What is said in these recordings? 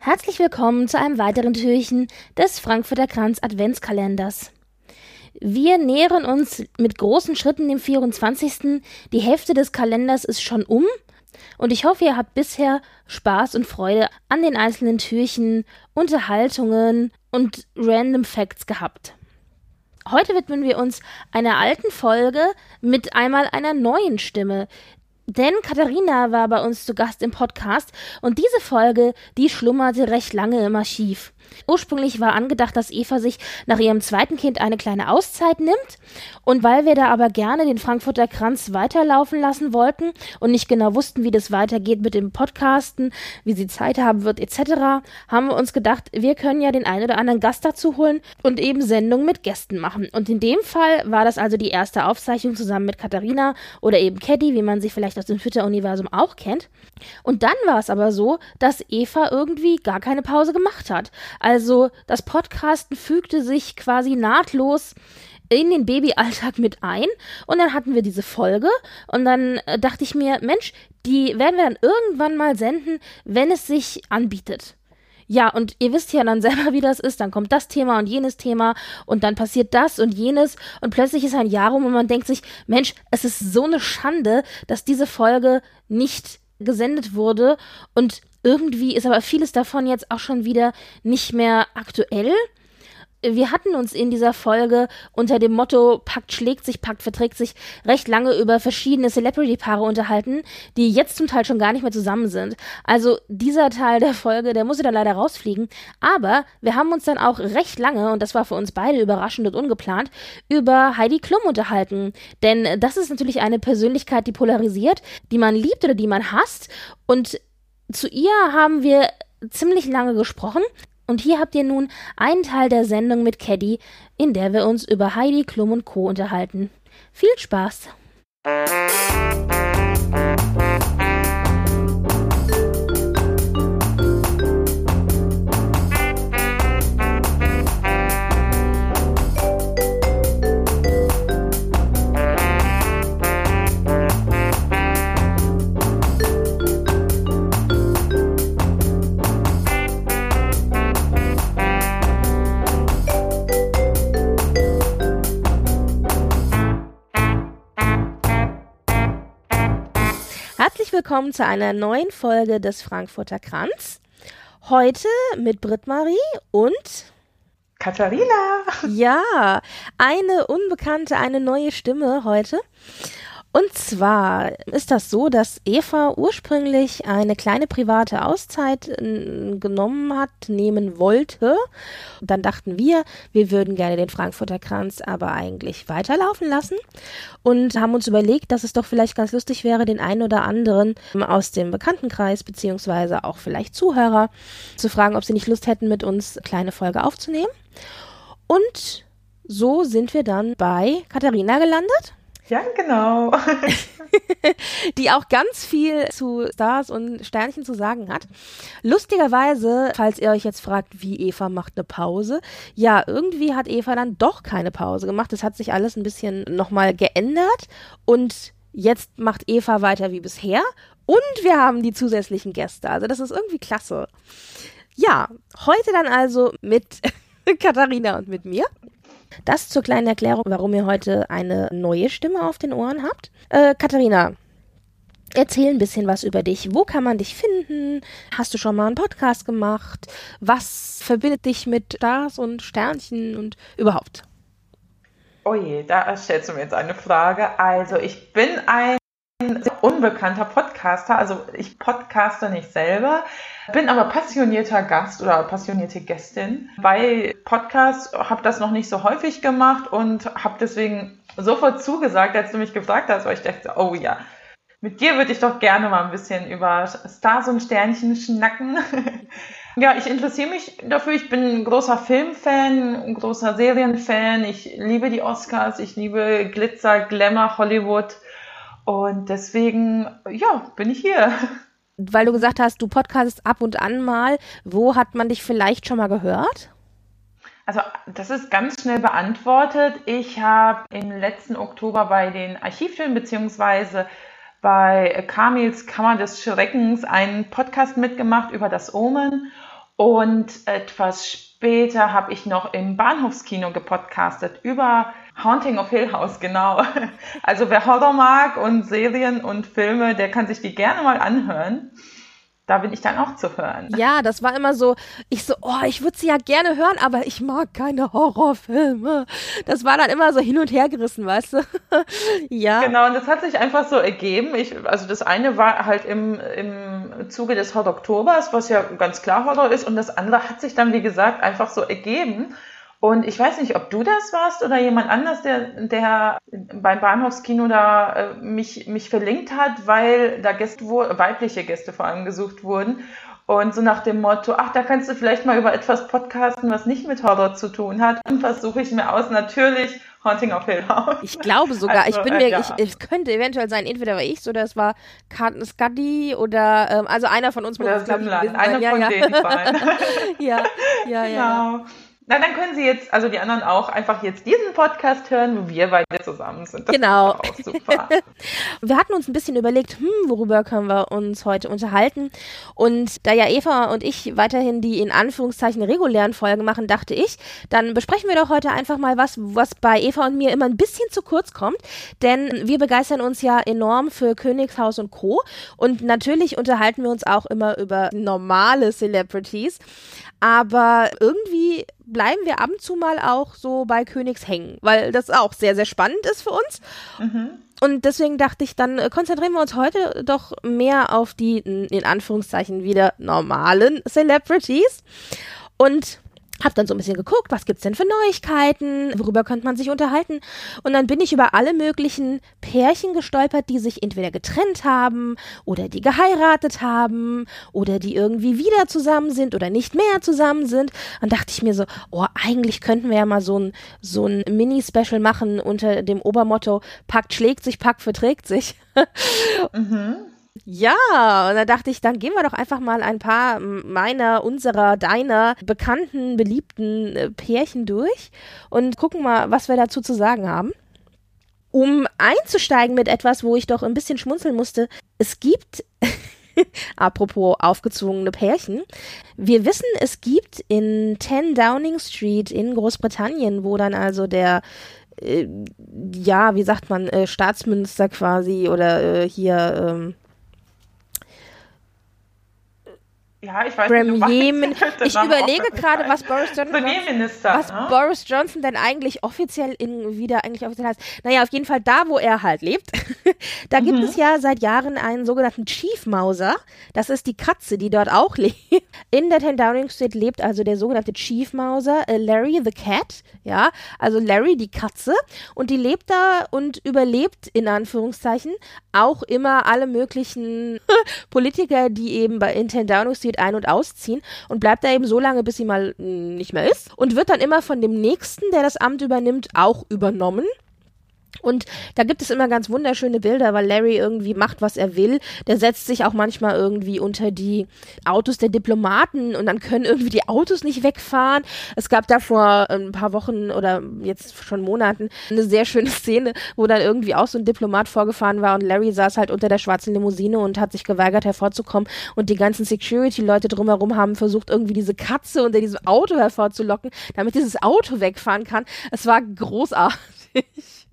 Herzlich willkommen zu einem weiteren Türchen des Frankfurter Kranz Adventskalenders. Wir nähern uns mit großen Schritten dem 24. Die Hälfte des Kalenders ist schon um und ich hoffe, ihr habt bisher Spaß und Freude an den einzelnen Türchen, Unterhaltungen und Random Facts gehabt. Heute widmen wir uns einer alten Folge mit einmal einer neuen Stimme. Denn Katharina war bei uns zu Gast im Podcast und diese Folge, die schlummerte recht lange im Archiv. Ursprünglich war angedacht, dass Eva sich nach ihrem zweiten Kind eine kleine Auszeit nimmt und weil wir da aber gerne den Frankfurter Kranz weiterlaufen lassen wollten und nicht genau wussten, wie das weitergeht mit dem Podcasten, wie sie Zeit haben wird etc., haben wir uns gedacht, wir können ja den einen oder anderen Gast dazu holen und eben Sendungen mit Gästen machen. Und in dem Fall war das also die erste Aufzeichnung zusammen mit Katharina oder eben Caddy, wie man sie vielleicht aus dem Twitter-Universum auch kennt. Und dann war es aber so, dass Eva irgendwie gar keine Pause gemacht hat. Also das Podcasten fügte sich quasi nahtlos in den Babyalltag mit ein und dann hatten wir diese Folge und dann dachte ich mir, Mensch, die werden wir dann irgendwann mal senden, wenn es sich anbietet. Ja, und ihr wisst ja dann selber, wie das ist, dann kommt das Thema und jenes Thema und dann passiert das und jenes und plötzlich ist ein Jahr rum und man denkt sich, Mensch, es ist so eine Schande, dass diese Folge nicht gesendet wurde und irgendwie ist aber vieles davon jetzt auch schon wieder nicht mehr aktuell. Wir hatten uns in dieser Folge unter dem Motto Pakt schlägt sich, Pakt verträgt sich recht lange über verschiedene Celebrity-Paare unterhalten, die jetzt zum Teil schon gar nicht mehr zusammen sind. Also dieser Teil der Folge, der musste dann leider rausfliegen. Aber wir haben uns dann auch recht lange, und das war für uns beide überraschend und ungeplant, über Heidi Klum unterhalten. Denn das ist natürlich eine Persönlichkeit, die polarisiert, die man liebt oder die man hasst. Und zu ihr haben wir ziemlich lange gesprochen. Und hier habt ihr nun einen Teil der Sendung mit Caddy, in der wir uns über Heidi Klum und Co. unterhalten. Viel Spaß! Herzlich willkommen zu einer neuen Folge des Frankfurter Kranz. Heute mit Britt-Marie und Katharina. Ja, eine unbekannte, eine neue Stimme heute. Und zwar ist das so, dass Eva ursprünglich eine kleine private Auszeit nehmen wollte. Dann dachten wir würden gerne den Frankfurter Kranz aber eigentlich weiterlaufen lassen und haben uns überlegt, dass es doch vielleicht ganz lustig wäre, den einen oder anderen aus dem Bekanntenkreis beziehungsweise auch vielleicht Zuhörer zu fragen, ob sie nicht Lust hätten, mit uns eine kleine Folge aufzunehmen. Und so sind wir dann bei Katharina gelandet. Ja, genau. Die auch ganz viel zu Stars und Sternchen zu sagen hat. Lustigerweise, falls ihr euch jetzt fragt, wie Eva macht eine Pause, ja, irgendwie hat Eva dann doch keine Pause gemacht. Es hat sich alles ein bisschen nochmal geändert und jetzt macht Eva weiter wie bisher und wir haben die zusätzlichen Gäste. Also das ist irgendwie klasse. Ja, heute dann also mit Katharina und mit mir. Das zur kleinen Erklärung, warum ihr heute eine neue Stimme auf den Ohren habt. Katharina, erzähl ein bisschen was über dich. Wo kann man dich finden? Hast du schon mal einen Podcast gemacht? Was verbindet dich mit Stars und Sternchen und überhaupt? Oh je, da stellst du mir jetzt eine Frage. Also ich bin ein sehr unbekannter Podcaster, also ich podcaste nicht selber, bin aber passionierter Gast oder passionierte Gästin bei Podcasts, habe das noch nicht so häufig gemacht und habe deswegen sofort zugesagt, als du mich gefragt hast, weil ich dachte, oh ja, mit dir würde ich doch gerne mal ein bisschen über Stars und Sternchen schnacken. Ja, ich interessiere mich dafür, ich bin ein großer Filmfan, ein großer Serienfan, ich liebe die Oscars, ich liebe Glitzer, Glamour, Hollywood. Und deswegen, ja, bin ich hier. Weil du gesagt hast, du podcastest ab und an mal. Wo hat man dich vielleicht schon mal gehört? Also das ist ganz schnell beantwortet. Ich habe im letzten Oktober bei den Archivfilmen beziehungsweise bei Kamils Kammer des Schreckens einen Podcast mitgemacht über das Omen. Und etwas später habe ich noch im Bahnhofskino gepodcastet über Haunting of Hill House, genau. Also wer Horror mag und Serien und Filme, der kann sich die gerne mal anhören. Da bin ich dann auch zu hören. Ja, das war immer so, ich würde sie ja gerne hören, aber ich mag keine Horrorfilme. Das war dann immer so hin und her gerissen, weißt du? Ja. Genau, und das hat sich einfach so ergeben. Also das eine war halt im Zuge des Horror-Oktobers, was ja ganz klar Horror ist, und das andere hat sich dann, wie gesagt, einfach so ergeben. Und ich weiß nicht, ob du das warst oder jemand anders, der beim Bahnhofskino da mich verlinkt hat, weil da weibliche Gäste vor allem gesucht wurden. Und so nach dem Motto, ach, da kannst du vielleicht mal über etwas podcasten, was nicht mit Horror zu tun hat. Und was suche ich mir aus? Natürlich Haunting of Hill House. Ich glaube sogar, also, es könnte eventuell sein, entweder war ich's oder es war Scuddy oder, also einer von uns muss es, glaube ich, gewesen sein. Einer von den beiden. Ja. Genau. Na, dann können Sie jetzt, also die anderen auch, einfach jetzt diesen Podcast hören, wo wir beide zusammen sind. Das genau. ist auch super. Wir hatten uns ein bisschen überlegt, worüber können wir uns heute unterhalten? Und da ja Eva und ich weiterhin die in Anführungszeichen regulären Folgen machen, dachte ich, dann besprechen wir doch heute einfach mal was bei Eva und mir immer ein bisschen zu kurz kommt. Denn wir begeistern uns ja enorm für Königshaus und Co. Und natürlich unterhalten wir uns auch immer über normale Celebrities. Aber irgendwie bleiben wir ab und zu mal auch so bei Königs hängen, weil das auch sehr, sehr spannend ist für uns. Mhm. Und deswegen dachte ich, dann konzentrieren wir uns heute doch mehr auf die, in Anführungszeichen, wieder normalen Celebrities. Und hab dann so ein bisschen geguckt, was gibt's denn für Neuigkeiten, worüber könnte man sich unterhalten. Und dann bin ich über alle möglichen Pärchen gestolpert, die sich entweder getrennt haben oder die geheiratet haben oder die irgendwie wieder zusammen sind oder nicht mehr zusammen sind. Dann dachte ich mir so, eigentlich könnten wir ja mal so ein Mini-Special machen unter dem Obermotto, Pakt schlägt sich, Pakt verträgt sich. Mhm. Ja, und da dachte ich, dann gehen wir doch einfach mal ein paar deiner bekannten, beliebten Pärchen durch und gucken mal, was wir dazu zu sagen haben. Um einzusteigen mit etwas, wo ich doch ein bisschen schmunzeln musste, es gibt, apropos aufgezwungene Pärchen, wir wissen, es gibt in 10 Downing Street in Großbritannien, wo dann also der wie sagt man, Staatsminister quasi oder ja, ich weiß nicht, ich überlege gerade, was Boris Johnson denn eigentlich offiziell heißt. Naja, auf jeden Fall da, wo er halt lebt. Da gibt es ja seit Jahren einen sogenannten Chief Mauser. Das ist die Katze, die dort auch lebt. In der 10 Downing Street lebt also der sogenannte Chief Mauser, Larry the Cat. Ja, also Larry die Katze. Und die lebt da und überlebt, in Anführungszeichen, auch immer alle möglichen Politiker, die eben in 10 Downing Street ein- und ausziehen und bleibt da eben so lange, bis sie mal nicht mehr ist und wird dann immer von dem Nächsten, der das Amt übernimmt, auch übernommen. Und da gibt es immer ganz wunderschöne Bilder, weil Larry irgendwie macht, was er will. Der setzt sich auch manchmal irgendwie unter die Autos der Diplomaten und dann können irgendwie die Autos nicht wegfahren. Es gab da vor ein paar Wochen oder jetzt schon Monaten eine sehr schöne Szene, wo dann irgendwie auch so ein Diplomat vorgefahren war und Larry saß halt unter der schwarzen Limousine und hat sich geweigert hervorzukommen und die ganzen Security-Leute drumherum haben versucht, irgendwie diese Katze unter diesem Auto hervorzulocken, damit dieses Auto wegfahren kann. Es war großartig.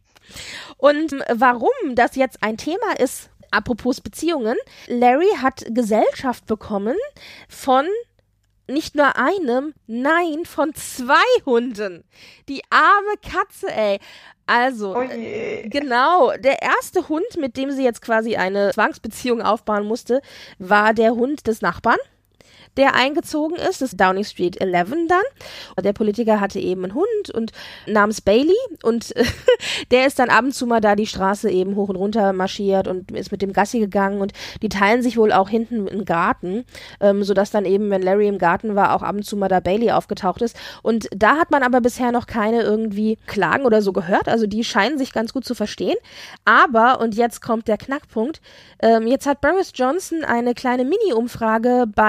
Und warum das jetzt ein Thema ist, apropos Beziehungen, Larry hat Gesellschaft bekommen von nicht nur einem, nein, von 2 Hunden. Die arme Katze, ey. Also, genau, der erste Hund, mit dem sie jetzt quasi eine Zwangsbeziehung aufbauen musste, war der Hund des Nachbarn, der eingezogen ist, das ist Downing Street 11 dann. Der Politiker hatte eben einen Hund und namens Bailey und der ist dann ab und zu mal da die Straße eben hoch und runter marschiert und ist mit dem Gassi gegangen und die teilen sich wohl auch hinten einen Garten, sodass dann eben, wenn Larry im Garten war, auch ab und zu mal da Bailey aufgetaucht ist. Und da hat man aber bisher noch keine irgendwie Klagen oder so gehört, also die scheinen sich ganz gut zu verstehen. Aber, und jetzt kommt der Knackpunkt, jetzt hat Boris Johnson eine kleine Mini-Umfrage beim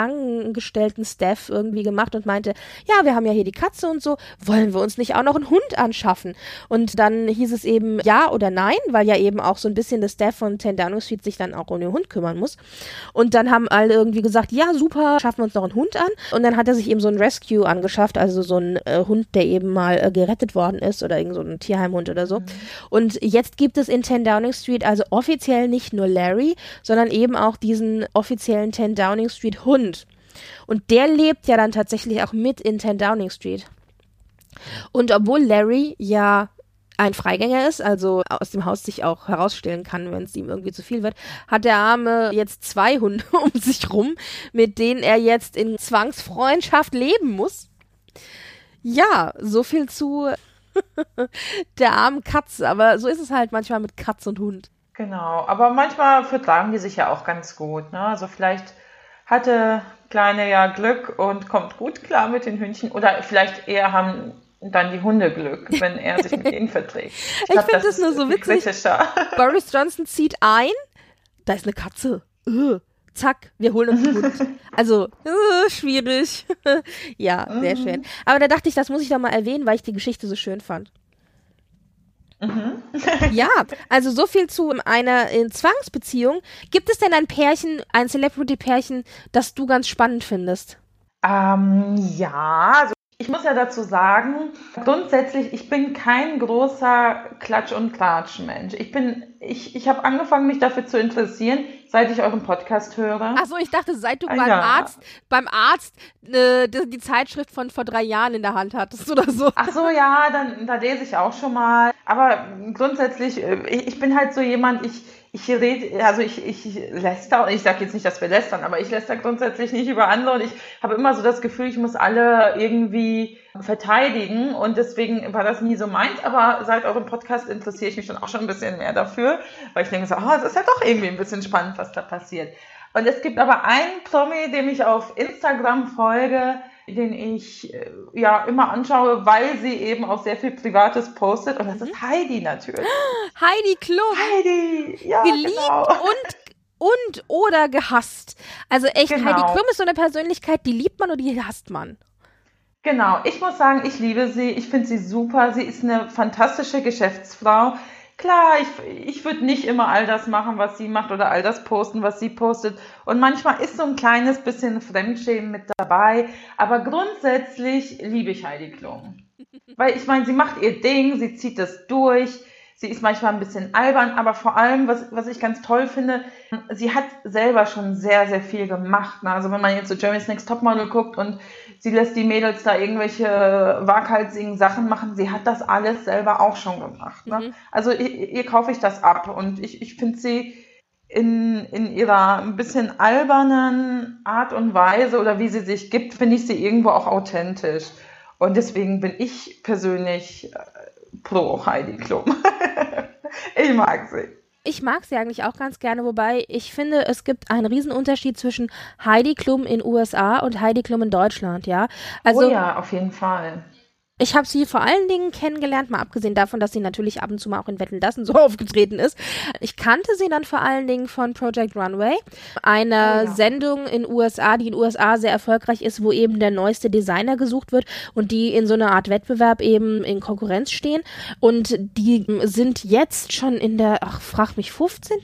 angestellten Staff irgendwie gemacht und meinte, ja, wir haben ja hier die Katze und so, wollen wir uns nicht auch noch einen Hund anschaffen? Und dann hieß es eben ja oder nein, weil ja eben auch so ein bisschen das Staff von 10 Downing Street sich dann auch um den Hund kümmern muss. Und dann haben alle irgendwie gesagt, ja, super, schaffen wir uns noch einen Hund an. Und dann hat er sich eben so ein Rescue angeschafft, also so ein Hund, der eben mal gerettet worden ist oder irgend so ein Tierheimhund oder so. Und jetzt gibt es in 10 Downing Street also offiziell nicht nur Larry, sondern eben auch diesen offiziellen 10 Downing Street Hund. Und der lebt ja dann tatsächlich auch mit in 10 Downing Street. Und obwohl Larry ja ein Freigänger ist, also aus dem Haus sich auch herausstellen kann, wenn es ihm irgendwie zu viel wird, hat der Arme jetzt 2 Hunde um sich rum, mit denen er jetzt in Zwangsfreundschaft leben muss. Ja, so viel zu der armen Katze, aber so ist es halt manchmal mit Katz und Hund. Genau, aber manchmal vertragen die sich ja auch ganz gut, ne? Also vielleicht hatte Kleine ja Glück und kommt gut klar mit den Hündchen oder vielleicht eher haben dann die Hunde Glück, wenn er sich mit ihnen verträgt. Ich finde das nur so witzig. Boris Johnson zieht ein, da ist eine Katze. Zack, wir holen uns einen Hund. Also, schwierig. Ja, sehr schön. Aber da dachte ich, das muss ich doch mal erwähnen, weil ich die Geschichte so schön fand. Ja, also so viel zu einer Zwangsbeziehung. Gibt es denn ein Pärchen, ein Celebrity-Pärchen, das du ganz spannend findest? Ja, also ich muss ja dazu sagen, grundsätzlich, ich bin kein großer Klatsch- und Klatsch-Mensch. Ich habe angefangen, mich dafür zu interessieren, seit ich euren Podcast höre. Ach so, ich dachte, seit du beim Arzt die Zeitschrift von vor 3 Jahren in der Hand hattest oder so. Ach so, ja, da lese ich auch schon mal. Aber grundsätzlich, ich bin halt so jemand, ich läster, ich sage jetzt nicht, dass wir lästern, aber ich läster grundsätzlich nicht über andere und ich habe immer so das Gefühl, ich muss alle irgendwie verteidigen und deswegen war das nie so meins, aber seit eurem Podcast interessiere ich mich dann auch schon ein bisschen mehr dafür, weil ich denke so, es ist ja doch irgendwie ein bisschen spannend, was da passiert. Und es gibt aber einen Promi, dem ich auf Instagram folge, den ich immer anschaue, weil sie eben auch sehr viel Privates postet. Und das ist Heidi natürlich. Heidi Klum. Heidi, ja, geliebt genau. und oder gehasst. Also echt, Genau. Heidi Klum ist so eine Persönlichkeit, die liebt man oder die hasst man. Genau, ich muss sagen, ich liebe sie. Ich finde sie super. Sie ist eine fantastische Geschäftsfrau. Klar, ich würde nicht immer all das machen, was sie macht oder all das posten, was sie postet. Und manchmal ist so ein kleines bisschen Fremdschämen mit dabei. Aber grundsätzlich liebe ich Heidi Klum. Weil ich meine, sie macht ihr Ding, sie zieht das durch. Sie ist manchmal ein bisschen albern, aber vor allem, was ich ganz toll finde, sie hat selber schon sehr, sehr viel gemacht. Ne? Also wenn man jetzt so Germany's Next Topmodel guckt und sie lässt die Mädels da irgendwelche waghalsigen Sachen machen, sie hat das alles selber auch schon gemacht. Ne? Also ihr kaufe ich das ab und ich finde sie in ihrer ein bisschen albernen Art und Weise oder wie sie sich gibt, finde ich sie irgendwo auch authentisch. Und deswegen bin ich persönlich pro Heidi Klum. Ich mag sie. Ich mag sie eigentlich auch ganz gerne, wobei ich finde, es gibt einen Riesenunterschied zwischen Heidi Klum in USA und Heidi Klum in Deutschland, ja. Also, oh ja, auf jeden Fall. Ich habe sie vor allen Dingen kennengelernt, mal abgesehen davon, dass sie natürlich ab und zu mal auch in Wetten, dass so aufgetreten ist. Ich kannte sie dann vor allen Dingen von Project Runway, einer Sendung in USA, die in USA sehr erfolgreich ist, wo eben der neueste Designer gesucht wird und die in so einer Art Wettbewerb eben in Konkurrenz stehen. Und die sind jetzt schon in der, frag mich, 15.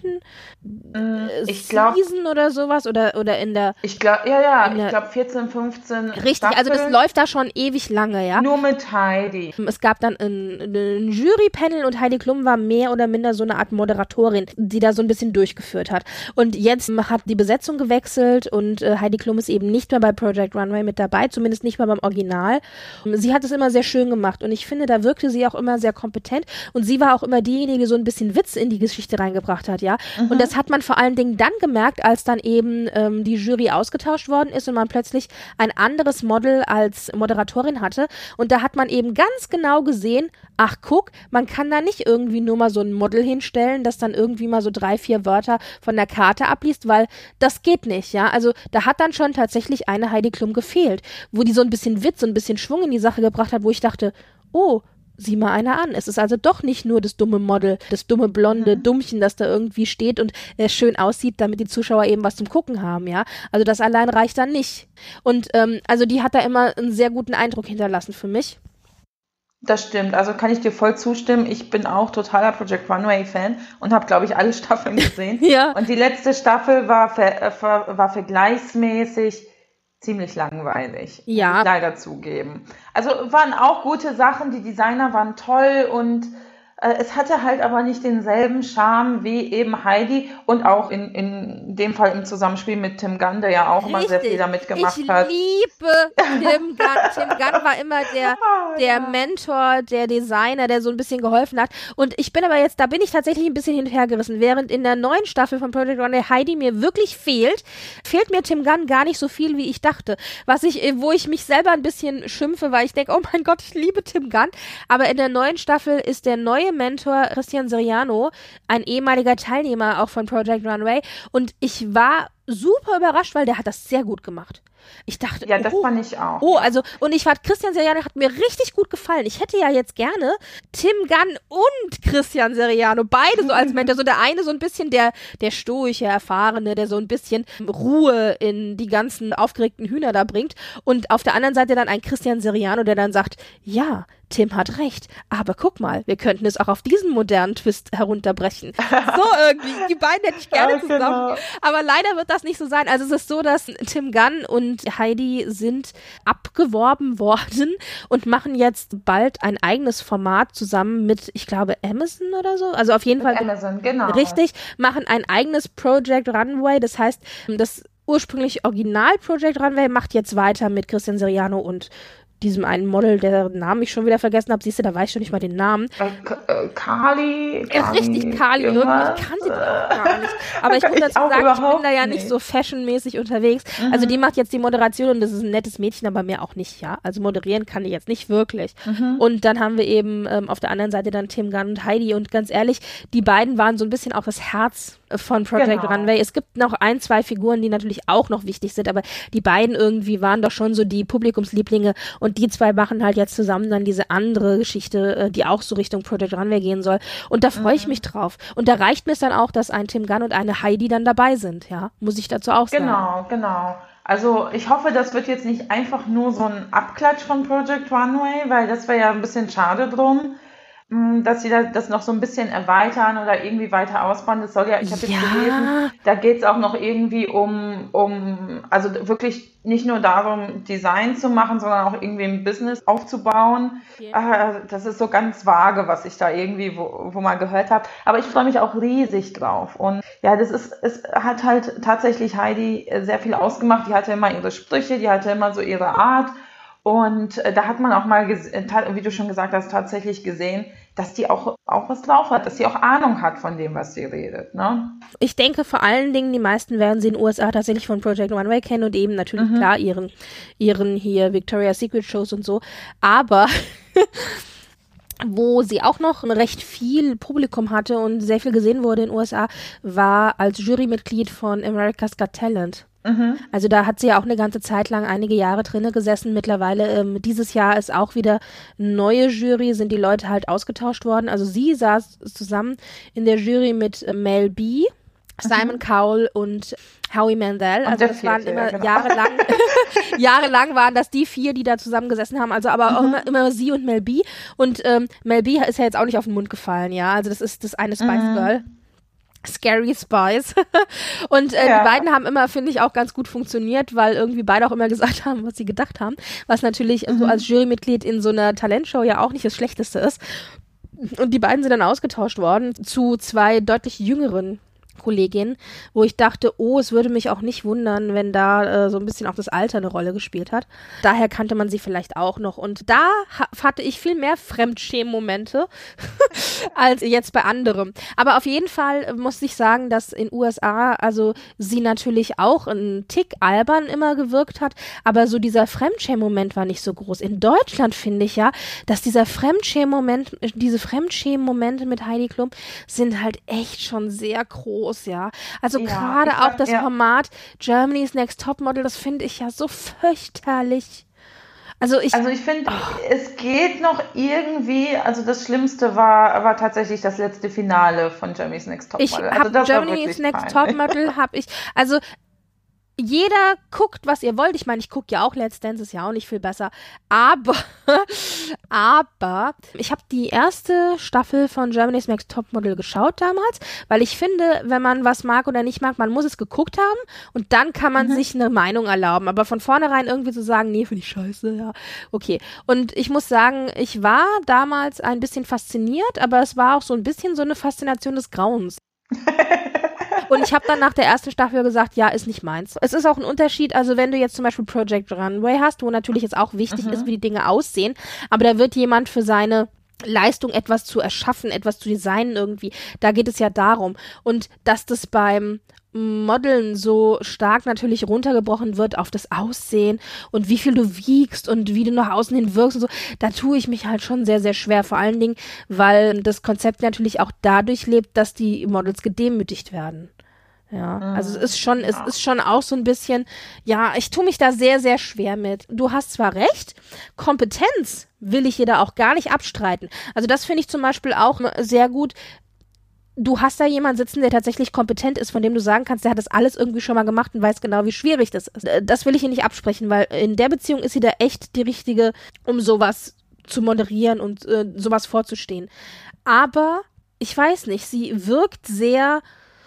Season oder sowas oder in der... Ich glaube 14, 15 Richtig, Staffeln. Also das läuft da schon ewig lange, ja. Nur mit Heidi. Es gab dann ein Jurypanel und Heidi Klum war mehr oder minder so eine Art Moderatorin, die da so ein bisschen durchgeführt hat. Und jetzt hat die Besetzung gewechselt und Heidi Klum ist eben nicht mehr bei Project Runway mit dabei, zumindest nicht mehr beim Original. Sie hat es immer sehr schön gemacht und ich finde, da wirkte sie auch immer sehr kompetent und sie war auch immer diejenige, die so ein bisschen Witz in die Geschichte reingebracht hat, ja. Und das hat man vor allen Dingen dann gemerkt, als dann eben die Jury ausgetauscht worden ist und man plötzlich ein anderes Model als Moderatorin hatte. Und da hat man eben ganz genau gesehen, ach guck, man kann da nicht irgendwie nur mal so ein Model hinstellen, das dann irgendwie mal so 3, 4 Wörter von der Karte abliest, weil das geht nicht, ja. Also da hat dann schon tatsächlich eine Heidi Klum gefehlt, wo die so ein bisschen Witz, so ein bisschen Schwung in die Sache gebracht hat, wo ich dachte, oh, sieh mal einer an. Es ist also doch nicht nur das dumme Model, das dumme blonde Dummchen, das da irgendwie steht und schön aussieht, damit die Zuschauer eben was zum Gucken haben, ja. Also das allein reicht dann nicht. Und also die hat da immer einen sehr guten Eindruck hinterlassen für mich. Das stimmt, also kann ich dir voll zustimmen. Ich bin auch totaler Project Runway-Fan und habe, glaube ich, alle Staffeln gesehen. Ja. Und die letzte Staffel war vergleichsmäßig ziemlich langweilig, muss ich leider zugeben. Also waren auch gute Sachen, die Designer waren toll und es hatte halt aber nicht denselben Charme wie eben Heidi und auch in dem Fall im Zusammenspiel mit Tim Gunn, der ja auch immer sehr viel damit gemacht hat. Ich liebe Tim Gunn. Tim Gunn war immer der Mentor, der Designer, der so ein bisschen geholfen hat. Und ich bin aber jetzt, da bin ich tatsächlich ein bisschen hin und her gerissen. Während in der neuen Staffel von Project Runway Heidi mir wirklich fehlt mir Tim Gunn gar nicht so viel, wie ich dachte. Wo ich mich selber ein bisschen schimpfe, weil ich denke, oh mein Gott, ich liebe Tim Gunn. Aber in der neuen Staffel ist der neue Mentor Christian Siriano, ein ehemaliger Teilnehmer auch von Project Runway, und ich war super überrascht, weil der hat das sehr gut gemacht. Ich dachte, ja, das fand ich auch. Und Christian Siriano hat mir richtig gut gefallen. Ich hätte ja jetzt gerne Tim Gunn und Christian Siriano, beide so als Mentor. So der eine so ein bisschen der stoische, erfahrene, der so ein bisschen Ruhe in die ganzen aufgeregten Hühner da bringt. Und auf der anderen Seite dann ein Christian Siriano, der dann sagt, ja, Tim hat recht, aber guck mal, wir könnten es auch auf diesen modernen Twist herunterbrechen. So irgendwie, die beiden hätte ich gerne zusammen. Genau. Aber leider wird das nicht so sein. Also es ist so, dass Tim Gunn und Heidi sind abgeworben worden und machen jetzt bald ein eigenes Format zusammen mit, ich glaube, Amazon oder so. Also auf jeden Fall. Amazon, genau. Richtig, machen ein eigenes Project Runway. Das heißt, das ursprünglich Original Project Runway macht jetzt weiter mit Christian Siriano und diesem einen Model, der Namen ich schon wieder vergessen habe. Siehst du, da weiß ich schon nicht mal den Namen. Kali. Richtig, Kali. Ich kannte die auch gar nicht. Aber ich muss dazu sagen, ich bin da ja nicht so fashionmäßig unterwegs. Mhm. Also die macht jetzt die Moderation und das ist ein nettes Mädchen, aber mehr auch nicht, ja. Also moderieren kann die jetzt nicht wirklich. Mhm. Und dann haben wir eben auf der anderen Seite dann Tim Gunn und Heidi, und ganz ehrlich, die beiden waren so ein bisschen auch das Herz von Project Runway. Es gibt noch 1, 2 Figuren, die natürlich auch noch wichtig sind, aber die beiden irgendwie waren doch schon so die Publikumslieblinge, und die zwei machen halt jetzt zusammen dann diese andere Geschichte, die auch so Richtung Project Runway gehen soll. Und da freue ich mich drauf. Und da reicht mir es dann auch, dass ein Tim Gunn und eine Heidi dann dabei sind, ja. Muss ich dazu auch sagen. Genau. Also ich hoffe, das wird jetzt nicht einfach nur so ein Abklatsch von Project Runway, weil das wäre ja ein bisschen schade drum, dass sie das noch so ein bisschen erweitern oder irgendwie weiter ausbauen. Das soll ja, ich habe jetzt gelesen, da geht es auch noch irgendwie um, also wirklich nicht nur darum, Design zu machen, sondern auch irgendwie ein Business aufzubauen. Yeah. Das ist so ganz vage, was ich da irgendwie wo mal gehört habe. Aber ich freue mich auch riesig drauf. Und ja, es hat halt tatsächlich Heidi sehr viel ausgemacht. Die hatte immer ihre Sprüche, die hatte immer so ihre Art. Und da hat man auch mal, wie du schon gesagt hast, tatsächlich gesehen, dass die auch was drauf hat, dass sie auch Ahnung hat von dem, was sie redet. Ne? Ich denke vor allen Dingen, die meisten werden sie in den USA tatsächlich von Project Runway kennen und eben natürlich klar ihren hier Victoria's Secret Shows und so. Aber wo sie auch noch recht viel Publikum hatte und sehr viel gesehen wurde in den USA, war als Jurymitglied von America's Got Talent. Also da hat sie ja auch eine ganze Zeit lang einige Jahre drinne gesessen. Mittlerweile, dieses Jahr ist auch wieder eine neue Jury, sind die Leute halt ausgetauscht worden. Also sie saß zusammen in der Jury mit Mel B, Simon Cowell und Howie Mandel. Also das waren immer jahrelang waren das die 4, die da zusammen gesessen haben. Also aber auch immer sie und Mel B. Und Mel B ist ja jetzt auch nicht auf den Mund gefallen, ja. Also das ist das eine Spice Girl. Scary Spice. Und die beiden haben immer, finde ich, auch ganz gut funktioniert, weil irgendwie beide auch immer gesagt haben, was sie gedacht haben, was natürlich so als Jurymitglied in so einer Talentshow ja auch nicht das Schlechteste ist. Und die beiden sind dann ausgetauscht worden zu 2 deutlich jüngeren Kollegin, wo ich dachte, es würde mich auch nicht wundern, wenn da so ein bisschen auch das Alter eine Rolle gespielt hat. Daher kannte man sie vielleicht auch noch. Und da hatte ich viel mehr Fremdschämen-Momente als jetzt bei anderem. Aber auf jeden Fall muss ich sagen, dass in USA also sie natürlich auch ein Tick albern immer gewirkt hat, aber so dieser Fremdschämen-Moment war nicht so groß. In Deutschland finde ich ja, dass diese Fremdschämen-Momente mit Heidi Klum sind halt echt schon sehr groß. Ja, also gerade auch das Format Germany's Next Topmodel, das finde ich ja so fürchterlich. Also ich finde, es geht noch irgendwie, also das Schlimmste war tatsächlich das letzte Finale von Germany's Next Topmodel. Also das war Germany's wirklich Next peinlich. Topmodel also jeder guckt, was ihr wollt. Ich meine, ich gucke ja auch Let's Dance, ist ja auch nicht viel besser. Aber ich habe die erste Staffel von Germany's Next Topmodel geschaut damals, weil ich finde, wenn man was mag oder nicht mag, man muss es geguckt haben und dann kann man sich eine Meinung erlauben. Aber von vornherein irgendwie zu sagen, nee, finde ich scheiße, ja, okay. Und ich muss sagen, ich war damals ein bisschen fasziniert, aber es war auch so ein bisschen so eine Faszination des Grauens. Und ich habe dann nach der ersten Staffel gesagt, ja, ist nicht meins. Es ist auch ein Unterschied, also wenn du jetzt zum Beispiel Project Runway hast, wo natürlich jetzt auch wichtig ist, wie die Dinge aussehen, aber da wird jemand für seine Leistung etwas zu erschaffen, etwas zu designen irgendwie, da geht es ja darum. Und dass das beim Modeln so stark natürlich runtergebrochen wird auf das Aussehen und wie viel du wiegst und wie du nach außen hin wirkst und so, da tue ich mich halt schon sehr, sehr schwer. Vor allen Dingen, weil das Konzept natürlich auch dadurch lebt, dass die Models gedemütigt werden. Ja, also es ist schon auch so ein bisschen, ja, ich tue mich da sehr, sehr schwer mit. Du hast zwar recht, Kompetenz will ich dir da auch gar nicht abstreiten. Also das finde ich zum Beispiel auch sehr gut. Du hast da jemanden sitzen, der tatsächlich kompetent ist, von dem du sagen kannst, der hat das alles irgendwie schon mal gemacht und weiß genau, wie schwierig das ist. Das will ich ihr nicht absprechen, weil in der Beziehung ist sie da echt die Richtige, um sowas zu moderieren und sowas vorzustehen. Aber ich weiß nicht, sie wirkt sehr,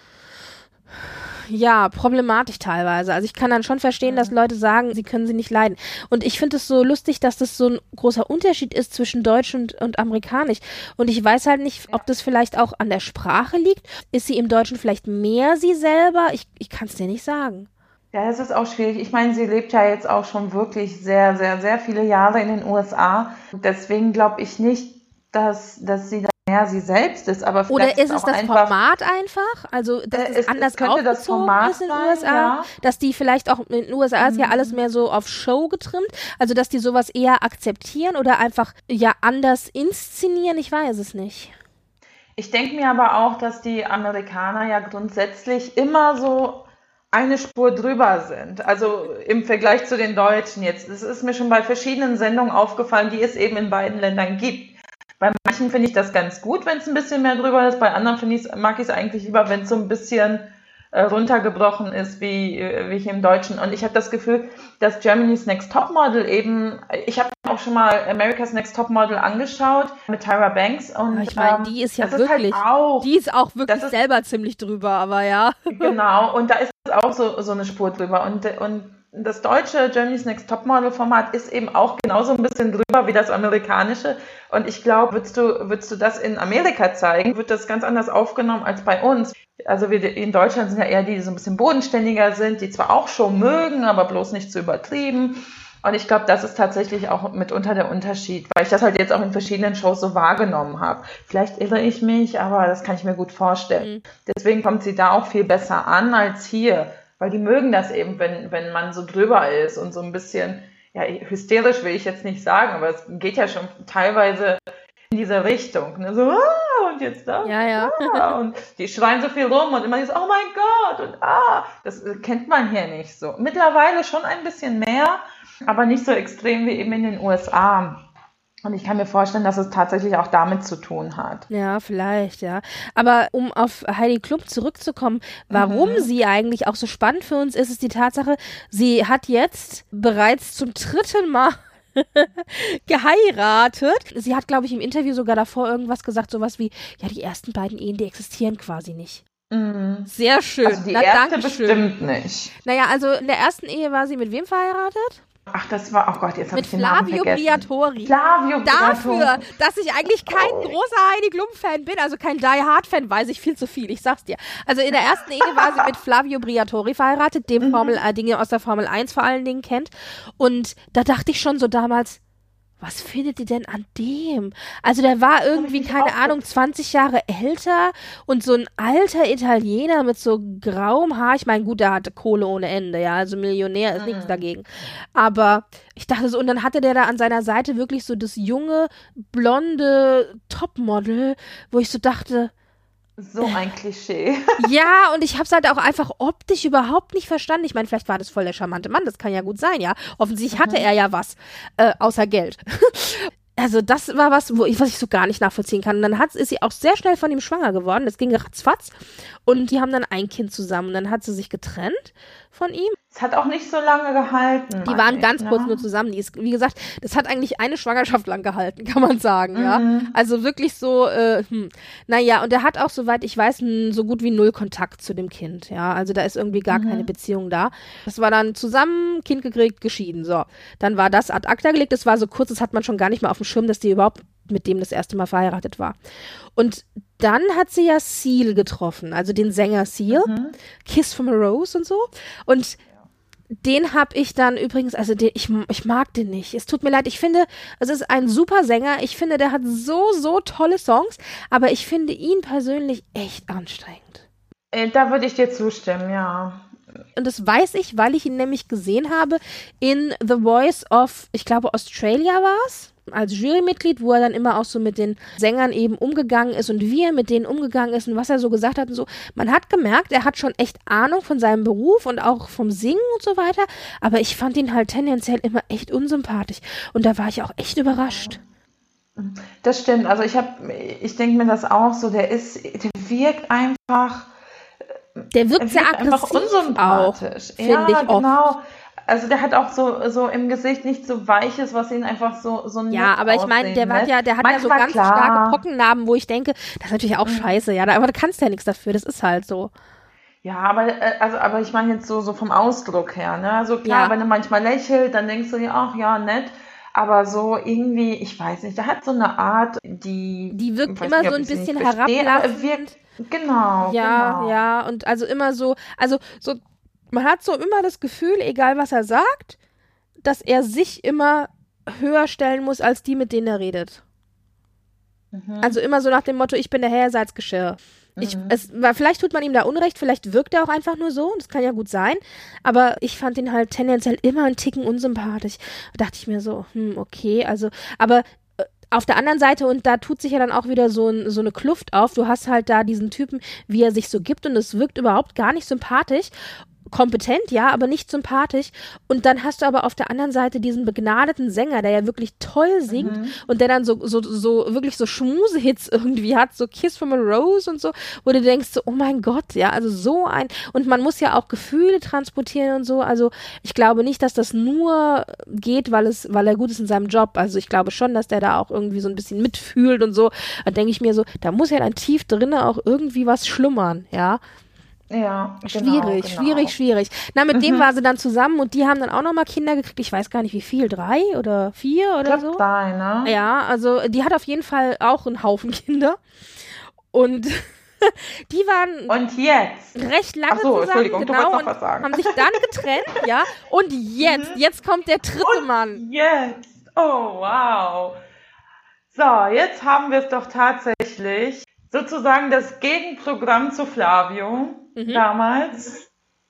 ja, problematisch teilweise. Also ich kann dann schon verstehen, dass Leute sagen, sie können sie nicht leiden. Und ich finde es so lustig, dass das so ein großer Unterschied ist zwischen Deutsch und Amerikanisch. Und ich weiß halt nicht, ob das vielleicht auch an der Sprache liegt. Ist sie im Deutschen vielleicht mehr sie selber? Ich kann es dir nicht sagen. Ja, es ist auch schwierig. Ich meine, sie lebt ja jetzt auch schon wirklich sehr, sehr, sehr viele Jahre in den USA. Deswegen glaube ich nicht, dass sie da mehr sie selbst ist. Aber oder ist es das Format einfach? Also, dass es anders könnte das aufgezogen Format ist in den sein, USA? ja. Dass die vielleicht auch, in den USA ist ja alles mehr so auf Show getrimmt. Also, dass die sowas eher akzeptieren oder einfach, ja, anders inszenieren? Ich weiß es nicht. Ich denke mir aber auch, dass die Amerikaner ja grundsätzlich immer so eine Spur drüber sind. Also im Vergleich zu den Deutschen jetzt. Das ist mir schon bei verschiedenen Sendungen aufgefallen, die es eben in beiden Ländern gibt. Bei manchen finde ich das ganz gut, wenn es ein bisschen mehr drüber ist. Bei anderen mag ich es eigentlich lieber, wenn es so ein bisschen runtergebrochen ist, wie ich im Deutschen. Und ich habe das Gefühl, dass Germany's Next Topmodel eben, ich habe auch schon mal America's Next Topmodel angeschaut mit Tyra Banks. Und ich meine, die ist ja wirklich, ist halt die ist auch wirklich selber ziemlich drüber, aber ja. Genau, und da ist auch so eine Spur drüber. Und das deutsche Germany's Next Topmodel Format ist eben auch genauso ein bisschen drüber wie das amerikanische. Und ich glaube, würdest du das in Amerika zeigen, wird das ganz anders aufgenommen als bei uns. Also wir in Deutschland sind ja eher die so ein bisschen bodenständiger sind, die zwar auch schon mögen, aber bloß nicht zu übertrieben. Und ich glaube, das ist tatsächlich auch mitunter der Unterschied, weil ich das halt jetzt auch in verschiedenen Shows so wahrgenommen habe. Vielleicht irre ich mich, aber das kann ich mir gut vorstellen. Deswegen kommt sie da auch viel besser an als hier. Weil die mögen das eben, wenn man so drüber ist und so ein bisschen, ja, hysterisch will ich jetzt nicht sagen, aber es geht ja schon teilweise in diese Richtung. Ne? So, und jetzt das. Ja. Und die schreien so viel rum und immer so, oh mein Gott und das kennt man hier nicht so. Mittlerweile schon ein bisschen mehr, aber nicht so extrem wie eben in den USA. Und ich kann mir vorstellen, dass es tatsächlich auch damit zu tun hat. Ja, vielleicht, ja. Aber um auf Heidi Klum zurückzukommen, warum sie eigentlich auch so spannend für uns ist, ist die Tatsache, sie hat jetzt bereits zum 3. Mal geheiratet. Sie hat, glaube ich, im Interview sogar davor irgendwas gesagt, sowas wie, ja, die ersten beiden Ehen, die existieren quasi nicht. Sehr schön. Also die erste bestimmt nicht. Naja, also in der ersten Ehe war sie mit wem verheiratet? Ach, das war, oh Gott, jetzt habe ich den Namen vergessen. Mit Flavio Briatore. Flavio Briatore. Dafür, dass ich eigentlich kein großer Heidi Klum-Fan bin, also kein Die Hard-Fan, weiß ich viel zu viel, ich sag's dir. Also in der ersten Ehe war sie mit Flavio Briatore verheiratet, dem Dinge aus der Formel 1 vor allen Dingen kennt. Und da dachte ich schon so damals, was findet ihr denn an dem? Also der war irgendwie, keine Ahnung, 20 Jahre älter und so ein alter Italiener mit so grauem Haar. Ich meine, gut, der hatte Kohle ohne Ende, ja, also Millionär ist nichts dagegen. Aber ich dachte so, und dann hatte der da an seiner Seite wirklich so das junge, blonde Topmodel, wo ich so dachte, So ein Klischee. Ja, und ich habe es halt auch einfach optisch überhaupt nicht verstanden. Ich meine, vielleicht war das voll der charmante Mann, das kann ja gut sein, ja. Offensichtlich hatte er ja was, außer Geld. Also das war was, was ich so gar nicht nachvollziehen kann. Und dann ist sie auch sehr schnell von ihm schwanger geworden. Das ging ratzfatz. Und die haben dann ein Kind zusammen. Und dann hat sie sich getrennt von ihm. Es hat auch nicht so lange gehalten. Die waren ganz kurz nur zusammen. Die ist, wie gesagt, das hat eigentlich eine Schwangerschaft lang gehalten, kann man sagen, ja. Also wirklich so, naja, und er hat auch, soweit ich weiß, so gut wie null Kontakt zu dem Kind, ja. Also da ist irgendwie gar keine Beziehung da. Das war dann zusammen, Kind gekriegt, geschieden, so. Dann war das ad acta gelegt, das war so kurz, das hat man schon gar nicht mehr auf dem Schirm, dass die überhaupt mit dem das erste Mal verheiratet war. Und dann hat sie ja Seal getroffen, also den Sänger Seal, Kiss from a Rose und so. Und den habe ich dann übrigens, also ich mag den nicht. Es tut mir leid, ich finde, es ist ein super Sänger. Ich finde, der hat so tolle Songs, aber ich finde ihn persönlich echt anstrengend. Da würde ich dir zustimmen, ja. Und das weiß ich, weil ich ihn nämlich gesehen habe in The Voice of, ich glaube, Australia war es, als Jurymitglied, wo er dann immer auch so mit den Sängern eben umgegangen ist und wie er mit denen umgegangen ist und was er so gesagt hat und so. Man hat gemerkt, er hat schon echt Ahnung von seinem Beruf und auch vom Singen und so weiter, aber ich fand ihn halt tendenziell immer echt unsympathisch und da war ich auch echt überrascht. Das stimmt, also ich denke mir das auch so, der wirkt einfach... Der wirkt sehr aggressiv unsympathisch. Finde ich oft. Genau. Also der hat auch so im Gesicht nicht so Weiches, was ihn einfach so ja, aber ich meine, der hat ja so ganz starke Pockennarben, wo ich denke, das ist natürlich auch scheiße, ja, aber da kannst du ja nichts dafür, das ist halt so. Ja, aber ich meine jetzt so vom Ausdruck her, ne? Also klar, wenn er manchmal lächelt, dann denkst du dir, ach ja, nett. Aber so irgendwie, ich weiß nicht, der hat so eine Art, die wirkt immer so ein bisschen herablassend. Genau. Ja, und also immer so, man hat so immer das Gefühl, egal was er sagt, dass er sich immer höher stellen muss als die, mit denen er redet. Also immer so nach dem Motto, ich bin der Herr, seid's Geschirr. Vielleicht tut man ihm da Unrecht, vielleicht wirkt er auch einfach nur so, das kann ja gut sein, aber ich fand ihn halt tendenziell immer einen Ticken unsympathisch. Da dachte ich mir so, okay, also, aber auf der anderen Seite, und da tut sich ja dann auch wieder so eine Kluft auf, du hast halt da diesen Typen, wie er sich so gibt und es wirkt überhaupt gar nicht sympathisch. Kompetent, ja, aber nicht sympathisch. Und dann hast du aber auf der anderen Seite diesen begnadeten Sänger, der ja wirklich toll singt und der dann so wirklich so Schmusehits irgendwie hat, so Kiss from a Rose und so, wo du denkst so, oh mein Gott, ja, also und man muss ja auch Gefühle transportieren und so, also ich glaube nicht, dass das nur geht, weil er gut ist in seinem Job, also ich glaube schon, dass der da auch irgendwie so ein bisschen mitfühlt und so, da denke ich mir so, da muss ja dann tief drinnen auch irgendwie was schlummern, ja. Ja, schwierig. Na, mit dem war sie dann zusammen und die haben dann auch nochmal Kinder gekriegt. Ich weiß gar nicht wie viel, 3 oder 4 oder so. 3, ne? Ja, also die hat auf jeden Fall auch einen Haufen Kinder. Und die waren recht lange zusammen, genau, und haben sich dann getrennt, ja. Und jetzt kommt der dritte Mann. Oh, wow. So, jetzt haben wir es doch tatsächlich. Sozusagen das Gegenprogramm zu Flavio damals,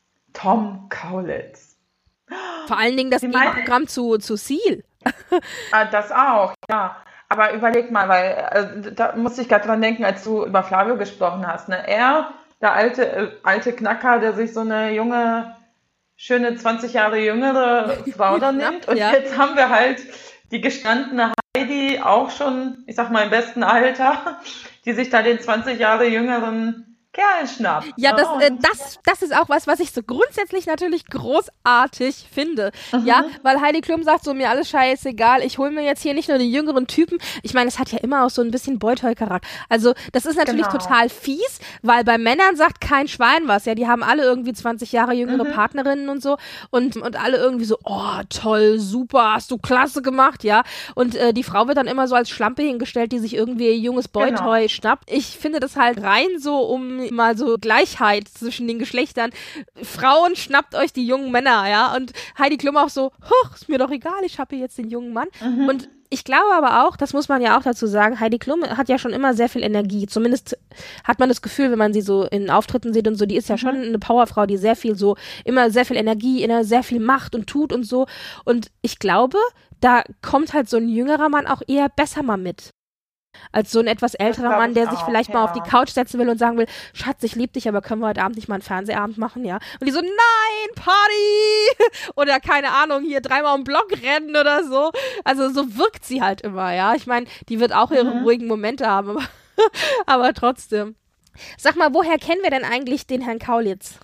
Tom Kaulitz. Vor allen Dingen das Gegenprogramm zu Seal. Das auch, ja. Aber überleg mal, weil da musste ich gerade dran denken, als du über Flavio gesprochen hast. Ne? Er, der alte Knacker, der sich so eine junge, schöne 20 Jahre jüngere Frau da nimmt. Und jetzt haben wir halt die gestandene Heidi, auch schon, ich sag mal im besten Alter, die sich da den 20 Jahre jüngeren Kerl schnappt. Ja, das ist auch was ich so grundsätzlich natürlich großartig finde. Ja, weil Heidi Klum sagt so, mir alles scheißegal, ich hole mir jetzt hier nicht nur den jüngeren Typen. Ich meine, es hat ja immer auch so ein bisschen Boytoy-Charakter. Also, das ist natürlich total fies, weil bei Männern sagt kein Schwein was. Ja, die haben alle irgendwie 20 Jahre jüngere Partnerinnen und so und alle irgendwie so, oh, toll, super, hast du klasse gemacht, ja. Und die Frau wird dann immer so als Schlampe hingestellt, die sich irgendwie ihr junges Boytoy schnappt. Ich finde das halt rein so, um mal so Gleichheit zwischen den Geschlechtern. Frauen, schnappt euch die jungen Männer, ja. Und Heidi Klum auch so, ist mir doch egal, ich habe hier jetzt den jungen Mann. Und ich glaube aber auch, das muss man ja auch dazu sagen, Heidi Klum hat ja schon immer sehr viel Energie. Zumindest hat man das Gefühl, wenn man sie so in Auftritten sieht und so, die ist ja schon eine Powerfrau, die immer sehr viel Energie, sehr viel macht und tut und so. Und ich glaube, da kommt halt so ein jüngerer Mann auch eher besser mal mit. Als so ein etwas älterer glaub Mann, ich der sich auch, vielleicht mal auf die ja. Couch setzen will und sagen will, Schatz, ich liebe dich, aber können wir heute Abend nicht mal einen Fernsehabend machen, ja? Und die so, nein, Party! Oder keine Ahnung, hier 3-mal um den Block rennen oder so. Also so wirkt sie halt immer, ja? Ich meine, die wird auch ihre ruhigen Momente haben, aber trotzdem. Sag mal, woher kennen wir denn eigentlich den Herrn Kaulitz?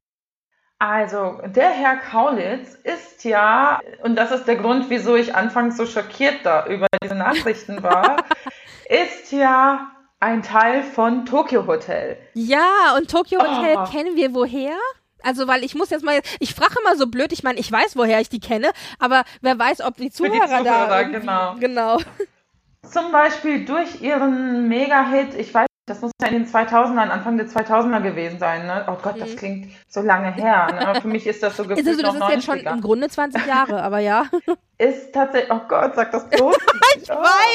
Also, der Herr Kaulitz ist ja, und das ist der Grund, wieso ich anfangs so schockiert da über diese Nachrichten war, ist ja ein Teil von Tokyo Hotel. Ja, und Tokyo Hotel Oh. kennen wir woher? Also, weil ich muss jetzt mal, ich frage immer so blöd, ich meine, ich weiß, woher ich die kenne, aber wer weiß, ob die Zuhörer, da Zuhörer, irgendwie, genau. Zum Beispiel durch ihren Mega-Hit, ich weiß nicht, das muss ja in den 2000ern, Anfang der 2000er gewesen sein, ne? Oh Gott, das klingt so lange her, ne? Für mich ist das so Also, gefühlt das noch ist jetzt schon 90er. im Grunde 20 Jahre, aber ja. Ist tatsächlich, oh Gott, sag das bloß nicht. Ich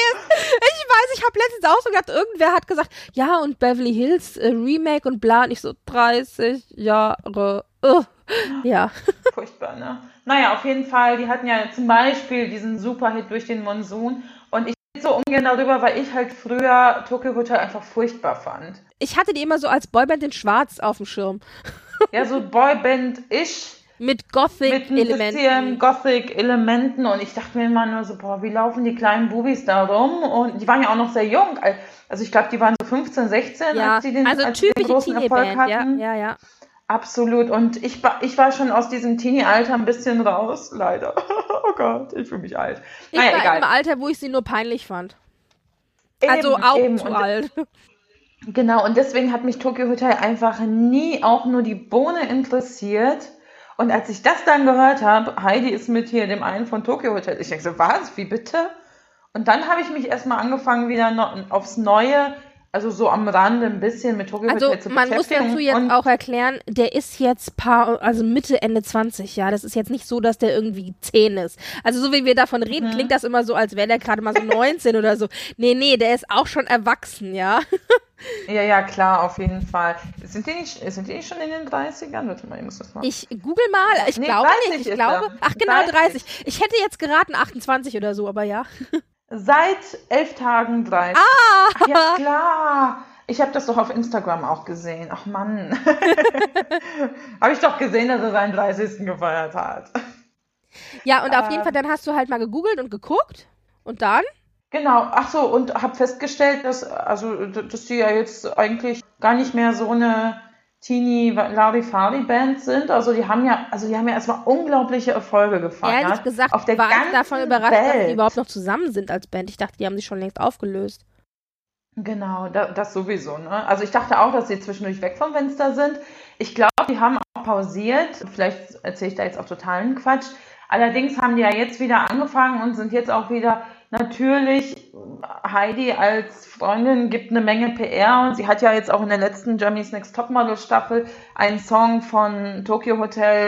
weiß, ich habe letztens auch so gedacht, irgendwer hat gesagt, ja, und Beverly Hills Remake und bla, und ich so 30 Jahre. Ja. Furchtbar, ne? Naja, auf jeden Fall, die hatten ja zum Beispiel diesen Superhit durch den Monsun und ich rede so ungern darüber, weil ich halt früher Tokyo Hotel einfach furchtbar fand. Ich hatte die immer so als Boyband in Schwarz auf dem Schirm. Ja, so Boyband-ish. Mit Mit ein Gothic-Elementen. bisschen Gothic-Elementen und ich dachte mir immer nur so, boah, wie laufen die kleinen Bubis da rum? Und die waren ja auch noch sehr jung. Also ich glaube, die waren so 15, 16, Ja, als sie den, also als sie den typische großen Erfolg Teenie-Band, hatten. ja. Absolut. Und ich war schon aus diesem Teenie-Alter ein bisschen raus, leider. Oh Gott, ich fühle mich alt. Ich Naja, war egal. im Alter, wo ich sie nur peinlich fand. Also auch Eben. zu Und alt. genau, und deswegen hat mich Tokyo Hotel einfach nie auch nur die Bohne interessiert. Und als ich das dann gehört habe, Heidi ist mit hier dem einen von Tokyo Hotel, ich denke so, was, wie bitte? Und dann habe ich mich erstmal angefangen, wieder aufs Neue, also so am Rande ein bisschen mit Tokyo Also Hotel zu man muss beschäftigen. dazu jetzt Und auch erklären, der ist jetzt also Mitte, Ende 20, ja. Das ist jetzt nicht so, dass der irgendwie 10 ist. Also so wie wir davon reden, klingt das immer so, als wäre der gerade mal so 19 oder so. Nee, der ist auch schon erwachsen, ja. ja, klar, auf jeden Fall. Sind die nicht schon in den 30ern? Warte mal, ich muss das mal. Ich google mal, ich Nee, glaube 30 nicht, ich ist glaube. er. Ach genau, 30. 30. Ich hätte jetzt geraten 28 oder so, aber ja. Seit 11 Tagen 30. Ah! Ach, ja, klar. Ich habe das doch auf Instagram auch gesehen. Ach Mann. Habe ich doch gesehen, dass er seinen 30. gefeiert hat. Ja, und auf jeden Fall, dann hast du halt mal gegoogelt und geguckt und dann? Genau, ach so, und habe festgestellt, dass die ja jetzt eigentlich gar nicht mehr so eine Teenie-Larifari-Band sind. Also die haben ja erstmal unglaubliche Erfolge gefeiert. Ehrlich gesagt, auf der war ich ganzen davon überrascht, dass Welt. die überhaupt noch zusammen sind als Band. Ich dachte, die haben sich schon längst aufgelöst. Genau, das sowieso, ne? Also ich dachte auch, dass sie zwischendurch weg vom Fenster sind. Ich glaube, die haben auch pausiert. Vielleicht erzähle ich da jetzt auch totalen Quatsch. Allerdings haben die ja jetzt wieder angefangen und sind jetzt auch wieder natürlich, Heidi als Freundin gibt eine Menge PR und sie hat ja jetzt auch in der letzten Germany's Next Topmodel Staffel einen Song von Tokyo Hotel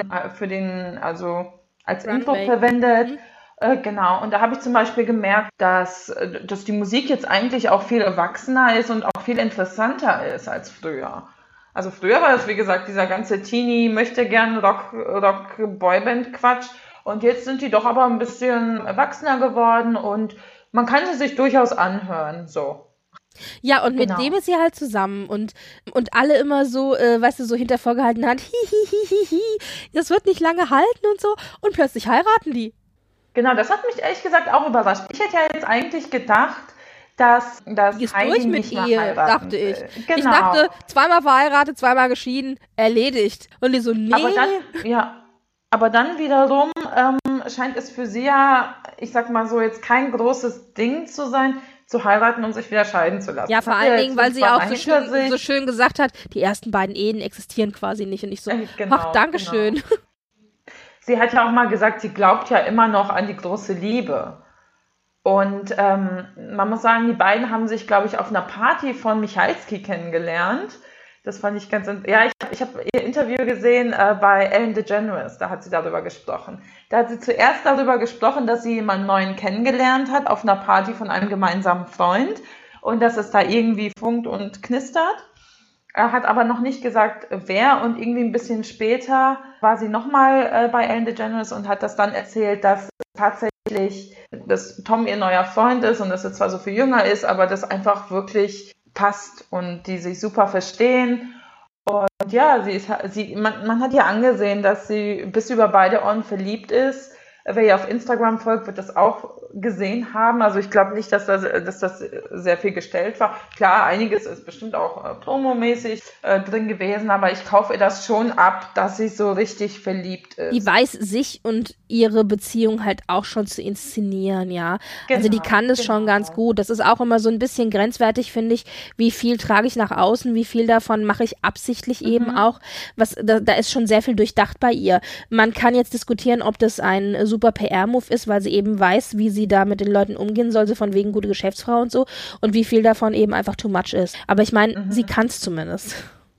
als Intro Runway. verwendet. Genau, und da habe ich zum Beispiel gemerkt, dass die Musik jetzt eigentlich auch viel erwachsener ist und auch viel interessanter ist als früher. Also früher war das, wie gesagt, dieser ganze Teenie möchte gern Rock-Boyband-Quatsch und jetzt sind die doch aber ein bisschen erwachsener geworden und man kann sie sich durchaus anhören, so. Ja, und mit Genau. dem ist sie halt zusammen und alle immer so, weißt du, so hinter vorgehalten hat, hihihihi, das wird nicht lange halten und so und plötzlich heiraten die. Genau, das hat mich ehrlich gesagt auch überrascht. Ich hätte ja jetzt eigentlich gedacht, dass Die ist Heidi durch mit nicht mehr Ehe, heiraten dachte ich. will. Ich Genau. dachte, zweimal verheiratet, zweimal geschieden, erledigt. Und die so, nee. Aber dann wiederum scheint es für sie ja, ich sag mal so, jetzt kein großes Ding zu sein, zu heiraten und sich wieder scheiden zu lassen. Ja, Das vor hat allen sie Dingen, jetzt weil sie zwar auch so hinter schön gesagt hat, die ersten beiden Ehen existieren quasi nicht. Und ich so, Genau, ach, Dankeschön. genau. Sie hat ja auch mal gesagt, sie glaubt ja immer noch an die große Liebe. Und man muss sagen, die beiden haben sich, glaube ich, auf einer Party von Michalski kennengelernt. Das fand ich ganz interessant. Ja, ich habe ihr Interview gesehen bei Ellen DeGeneres, da hat sie darüber gesprochen. Da hat sie zuerst darüber gesprochen, dass sie jemanden neuen kennengelernt hat auf einer Party von einem gemeinsamen Freund und dass es da irgendwie funkt und knistert. Er hat aber noch nicht gesagt, wer, und irgendwie ein bisschen später war sie nochmal bei Ellen DeGeneres und hat das dann erzählt, dass tatsächlich dass Tom ihr neuer Freund ist und dass er zwar so viel jünger ist, aber das einfach wirklich passt und die sich super verstehen. Und ja, man hat ihr angesehen, dass sie bis über beide Ohren verliebt ist. Wer ihr auf Instagram folgt, wird das auch gesehen haben. Also ich glaube nicht, dass das sehr viel gestellt war. Klar, einiges ist bestimmt auch promomäßig drin gewesen, aber ich kaufe ihr das schon ab, dass sie so richtig verliebt ist. Die weiß sich und ihre Beziehung halt auch schon zu inszenieren, ja. Genau, also die kann das schon ganz gut. Das ist auch immer so ein bisschen grenzwertig, finde ich. Wie viel trage ich nach außen, wie viel davon mache ich absichtlich eben auch. Da ist schon sehr viel durchdacht bei ihr. Man kann jetzt diskutieren, ob das ein super PR-Move ist, weil sie eben weiß, wie sie da mit den Leuten umgehen soll, so von wegen gute Geschäftsfrau und so, und wie viel davon eben einfach too much ist. Aber ich meine, sie kann es zumindest.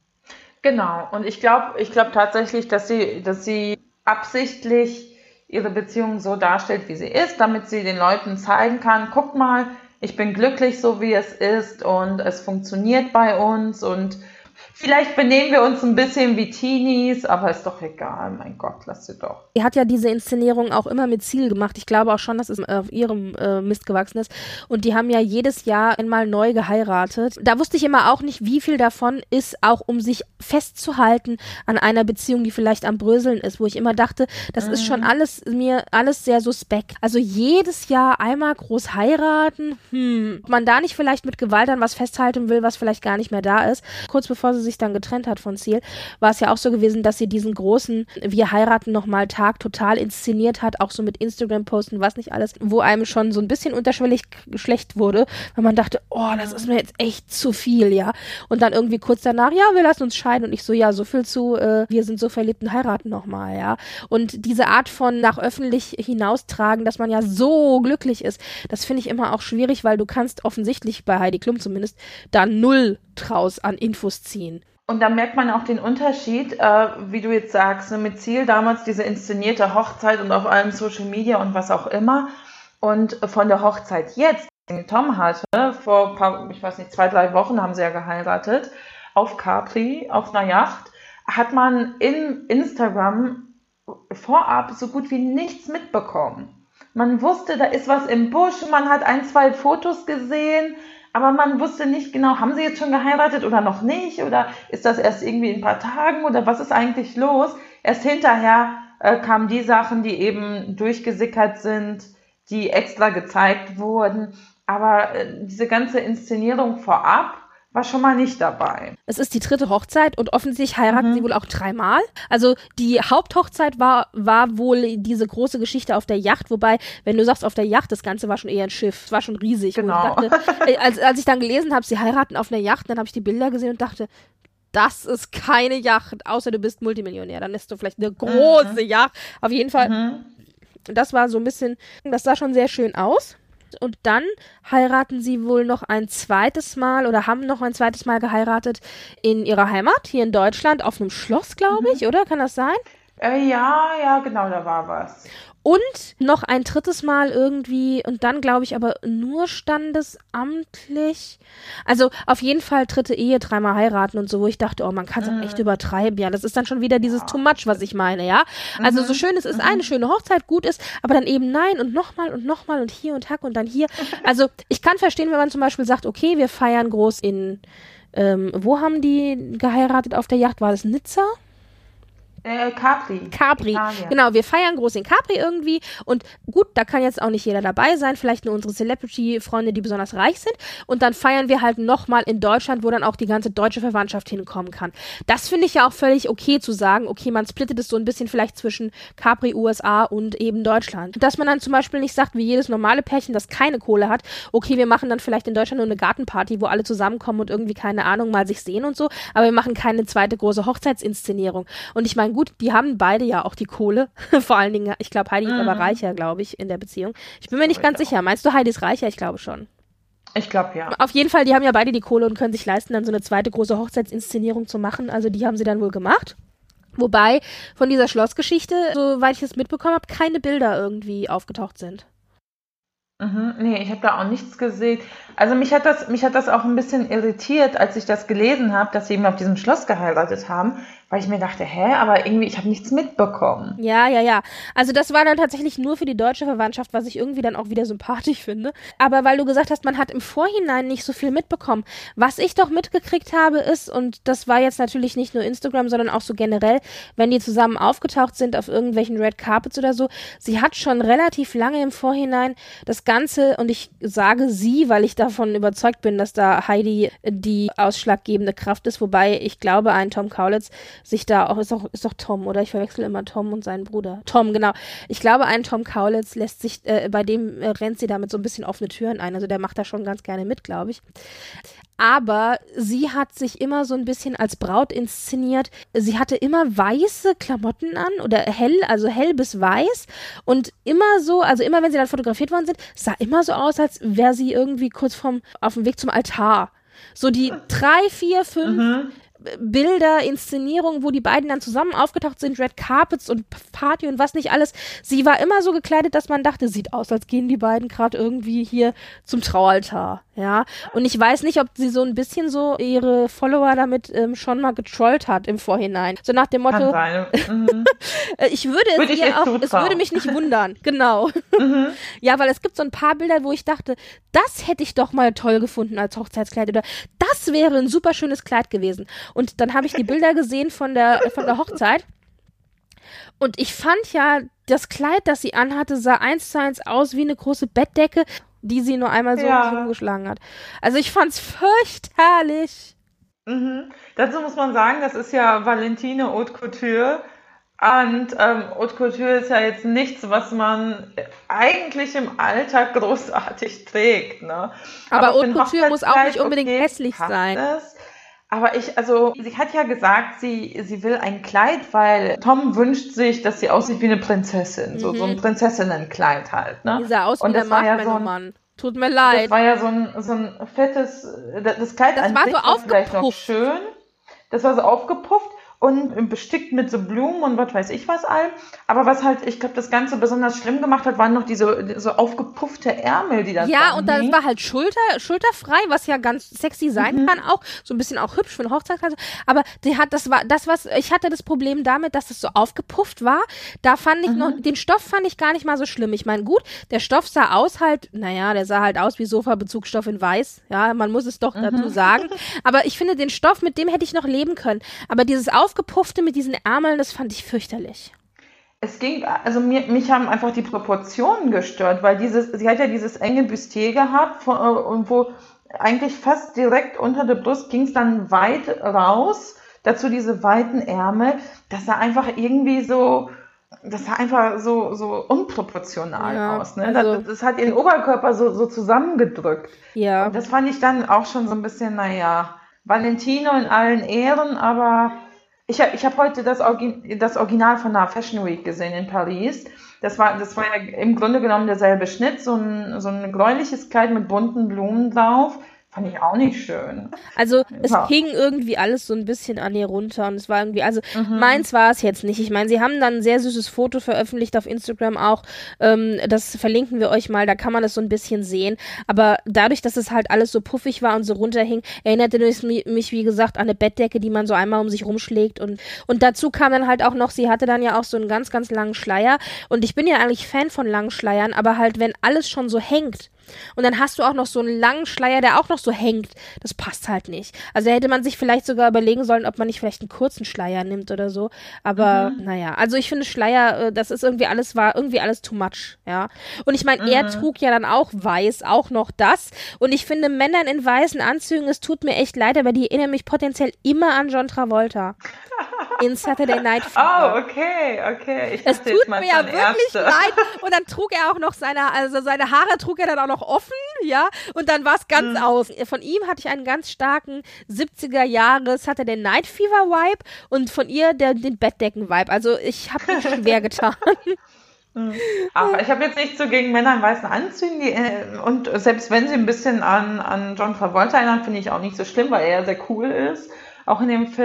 Genau, und ich glaube tatsächlich, dass sie absichtlich ihre Beziehung so darstellt, wie sie ist, damit sie den Leuten zeigen kann, guck mal, ich bin glücklich, so wie es ist und es funktioniert bei uns und vielleicht benehmen wir uns ein bisschen wie Teenies, aber ist doch egal, mein Gott, lass sie doch. Sie hat ja diese Inszenierung auch immer mit Ziel gemacht. Ich glaube auch schon, dass es auf ihrem Mist gewachsen ist. Und die haben ja jedes Jahr einmal neu geheiratet. Da wusste ich immer auch nicht, wie viel davon ist, auch um sich festzuhalten an einer Beziehung, die vielleicht am Bröseln ist, wo ich immer dachte, das ist schon alles sehr suspekt. Also jedes Jahr einmal groß heiraten, ob man da nicht vielleicht mit Gewalt an was festhalten will, was vielleicht gar nicht mehr da ist. Kurz bevor sie sich dann getrennt hat von Ziel, war es ja auch so gewesen, dass sie diesen großen Wir heiraten nochmal Tag total inszeniert hat, auch so mit Instagram-Posten, was nicht alles, wo einem schon so ein bisschen unterschwellig schlecht wurde, weil man dachte, oh, das ist mir jetzt echt zu viel, ja. Und dann irgendwie kurz danach, ja, wir lassen uns scheiden und ich so, ja, so viel zu, wir sind so verliebt und heiraten nochmal, ja. Und diese Art von nach öffentlich hinaustragen, dass man ja so glücklich ist, das finde ich immer auch schwierig, weil du kannst offensichtlich, bei Heidi Klum zumindest, da null draus an Infos ziehen. Und da merkt man auch den Unterschied, wie du jetzt sagst, ne, mit Ziel damals diese inszenierte Hochzeit und auf allem Social Media und was auch immer. Und von der Hochzeit jetzt, die Tom hatte, vor ein paar, ich weiß nicht, 2-3 Wochen haben sie ja geheiratet, auf Capri, auf einer Yacht, hat man in Instagram vorab so gut wie nichts mitbekommen. Man wusste, da ist was im Busch, man hat 1-2 Fotos gesehen, aber man wusste nicht genau, haben sie jetzt schon geheiratet oder noch nicht? Oder ist das erst irgendwie in ein paar Tagen? Oder was ist eigentlich los? Erst hinterher kamen die Sachen, die eben durchgesickert sind, die extra gezeigt wurden. Aber diese ganze Inszenierung vorab war schon mal nicht dabei. Es ist die 3. Hochzeit und offensichtlich heiraten sie wohl auch 3-mal. Also die Haupthochzeit war wohl diese große Geschichte auf der Yacht, wobei, wenn du sagst auf der Yacht, das Ganze war schon eher ein Schiff, es war schon riesig. Genau. Und ich dachte, als ich dann gelesen habe, sie heiraten auf einer Yacht, dann habe ich die Bilder gesehen und dachte, das ist keine Yacht, außer du bist Multimillionär, dann ist du vielleicht eine große Yacht. Auf jeden Fall, das war so ein bisschen, das sah schon sehr schön aus. Und dann heiraten sie wohl noch ein zweites Mal oder haben noch ein zweites Mal geheiratet in ihrer Heimat, hier in Deutschland, auf einem Schloss, glaube ich, oder? Kann das sein? Ja, genau, da war was. Und noch ein 3. Mal irgendwie und dann, glaube ich, aber nur standesamtlich. Also auf jeden Fall 3. Ehe, 3-mal heiraten und so, wo ich dachte, oh, man kann es auch echt übertreiben. Ja, das ist dann schon wieder dieses Too much, was ich meine, ja. Also so schön es ist, eine schöne Hochzeit gut ist, aber dann eben nein und nochmal und hier und Hack und dann hier. Also ich kann verstehen, wenn man zum Beispiel sagt, okay, wir feiern groß in, wo haben die geheiratet auf der Yacht? War das Nizza? Capri, Italien. Genau, wir feiern groß in Capri irgendwie und gut, da kann jetzt auch nicht jeder dabei sein, vielleicht nur unsere Celebrity-Freunde, die besonders reich sind und dann feiern wir halt nochmal in Deutschland, wo dann auch die ganze deutsche Verwandtschaft hinkommen kann. Das finde ich ja auch völlig okay zu sagen, okay, man splittet es so ein bisschen vielleicht zwischen Capri, USA und eben Deutschland. Dass man dann zum Beispiel nicht sagt, wie jedes normale Pärchen, das keine Kohle hat, okay, wir machen dann vielleicht in Deutschland nur eine Gartenparty, wo alle zusammenkommen und irgendwie, keine Ahnung, mal sich sehen und so, aber wir machen keine zweite große Hochzeitsinszenierung. Und ich meine, gut, die haben beide ja auch die Kohle. Vor allen Dingen, ich glaube, Heidi ist aber reicher, glaube ich, in der Beziehung. Ich bin mir nicht ganz sicher. Meinst du, Heidi ist reicher? Ich glaube schon. Ich glaube, ja. Auf jeden Fall, die haben ja beide die Kohle und können sich leisten, dann so eine zweite große Hochzeitsinszenierung zu machen. Also die haben sie dann wohl gemacht. Wobei von dieser Schlossgeschichte, soweit ich es mitbekommen habe, keine Bilder irgendwie aufgetaucht sind. Nee, ich habe da auch nichts gesehen. Also mich hat das auch ein bisschen irritiert, als ich das gelesen habe, dass sie eben auf diesem Schloss geheiratet haben, weil ich mir dachte, aber irgendwie, ich habe nichts mitbekommen. Ja, ja, ja. Also das war dann tatsächlich nur für die deutsche Verwandtschaft, was ich irgendwie dann auch wieder sympathisch finde. Aber weil du gesagt hast, man hat im Vorhinein nicht so viel mitbekommen. Was ich doch mitgekriegt habe ist, und das war jetzt natürlich nicht nur Instagram, sondern auch so generell, wenn die zusammen aufgetaucht sind auf irgendwelchen Red Carpets oder so, sie hat schon relativ lange im Vorhinein das Ganze, und ich sage sie, weil ich davon überzeugt bin, dass da Heidi die ausschlaggebende Kraft ist, wobei ich glaube, ein Tom Kaulitz sich da auch, ist doch Tom, oder? Ich verwechsel immer Tom und seinen Bruder. Tom, genau. Ich glaube, ein Tom Kaulitz lässt sich, bei dem rennt sie damit so ein bisschen offene Türen ein. Also der macht da schon ganz gerne mit, glaube ich. Aber sie hat sich immer so ein bisschen als Braut inszeniert. Sie hatte immer weiße Klamotten an oder also hell bis weiß. Und immer so, also immer wenn sie dann fotografiert worden sind, sah immer so aus, als wäre sie irgendwie kurz auf dem Weg zum Altar. So die 3, 4, 5 Bilder, Inszenierungen, wo die beiden dann zusammen aufgetaucht sind, Red Carpets und Party und was nicht alles. Sie war immer so gekleidet, dass man dachte, sieht aus, als gehen die beiden gerade irgendwie hier zum Traualtar, ja. Und ich weiß nicht, ob sie so ein bisschen so ihre Follower damit schon mal getrollt hat im Vorhinein. So nach dem Motto, es würde mich nicht wundern, genau. Ja, weil es gibt so ein paar Bilder, wo ich dachte, das hätte ich doch mal toll gefunden als Hochzeitskleid oder das wäre ein super schönes Kleid gewesen. Und dann habe ich die Bilder gesehen von der Hochzeit. Und ich fand ja, das Kleid, das sie anhatte, sah 1:1 aus wie eine große Bettdecke, die sie nur einmal so umgeschlagen hat. Also ich fand's fürchterlich. Dazu muss man sagen, das ist ja Valentine Haute Couture. Und Haute Couture ist ja jetzt nichts, was man eigentlich im Alltag großartig trägt. Ne? Aber Haute Couture muss auch nicht unbedingt hässlich sein. Aber sie hat ja gesagt, sie will ein Kleid, weil Tom wünscht sich, dass sie aussieht wie eine Prinzessin. So ein Prinzessinnenkleid halt. Ne? Die sah aus wie der Marshmallow-Mann. Tut mir leid. Das war ja so ein fettes, das Kleid an sich war vielleicht noch schön. Das war so aufgepufft und bestickt mit so Blumen und was weiß ich was allem. Aber was halt, ich glaube, das Ganze besonders schlimm gemacht hat, waren noch diese so aufgepuffte Ärmel, die da ja, und das war halt schulterfrei, was ja ganz sexy sein kann auch. So ein bisschen auch hübsch für eine Hochzeitskleid. Aber ich hatte das Problem damit, dass es so aufgepufft war. Da fand ich den Stoff fand ich gar nicht mal so schlimm. Ich meine, gut, der Stoff sah aus halt, der sah halt aus wie Sofa-Bezugsstoff in weiß. Ja, man muss es doch dazu sagen. Aber ich finde, den Stoff, mit dem hätte ich noch leben können. Aber dieses Aufgepuffte mit diesen Ärmeln, das fand ich fürchterlich. Es ging, also mich haben einfach die Proportionen gestört, weil sie hat ja dieses enge Bustier gehabt und wo eigentlich fast direkt unter der Brust ging es dann weit raus, dazu diese weiten Ärmel, das sah einfach so unproportional aus. Ne? Also, das hat ihren Oberkörper so zusammengedrückt. Ja. Und das fand ich dann auch schon so ein bisschen, Valentino in allen Ehren, aber ich hab heute das Original von der Fashion Week gesehen in Paris. Das war ja im Grunde genommen derselbe Schnitt, so ein gräuliches Kleid mit bunten Blumen drauf. Fand ich auch nicht schön. Also es hing irgendwie alles so ein bisschen an ihr runter und es war irgendwie, meins war es jetzt nicht. Ich meine, sie haben dann ein sehr süßes Foto veröffentlicht auf Instagram auch, das verlinken wir euch mal, da kann man das so ein bisschen sehen, aber dadurch, dass es halt alles so puffig war und so runterhing, erinnerte es mich, wie gesagt, an eine Bettdecke, die man so einmal um sich rumschlägt und dazu kam dann halt auch noch, sie hatte dann ja auch so einen ganz, ganz langen Schleier und ich bin ja eigentlich Fan von langen Schleiern, aber halt, wenn alles schon so hängt, und dann hast du auch noch so einen langen Schleier, der auch noch so hängt. Das passt halt nicht. Also hätte man sich vielleicht sogar überlegen sollen, ob man nicht vielleicht einen kurzen Schleier nimmt oder so. Aber also ich finde Schleier, das ist war irgendwie alles too much, ja. Und ich meine, er trug ja dann auch weiß, auch noch das. Und ich finde Männern in weißen Anzügen, es tut mir echt leid, aber die erinnern mich potenziell immer an John Travolta. In Saturday Night Fever. Oh, okay. Es tut mir ja wirklich leid. Und dann trug er auch noch seine Haare trug er dann auch noch offen, ja. Und dann war es ganz aus. Von ihm hatte ich einen ganz starken 70er Jahre Saturday Night Fever Vibe und von ihr den Bettdecken-Vibe. Also ich habe mich schwer getan. Aber ich habe jetzt nicht so gegen Männer in weißen Anzügen und selbst wenn sie ein bisschen an John Travolta erinnern, finde ich auch nicht so schlimm, weil er sehr cool ist, auch in dem Film.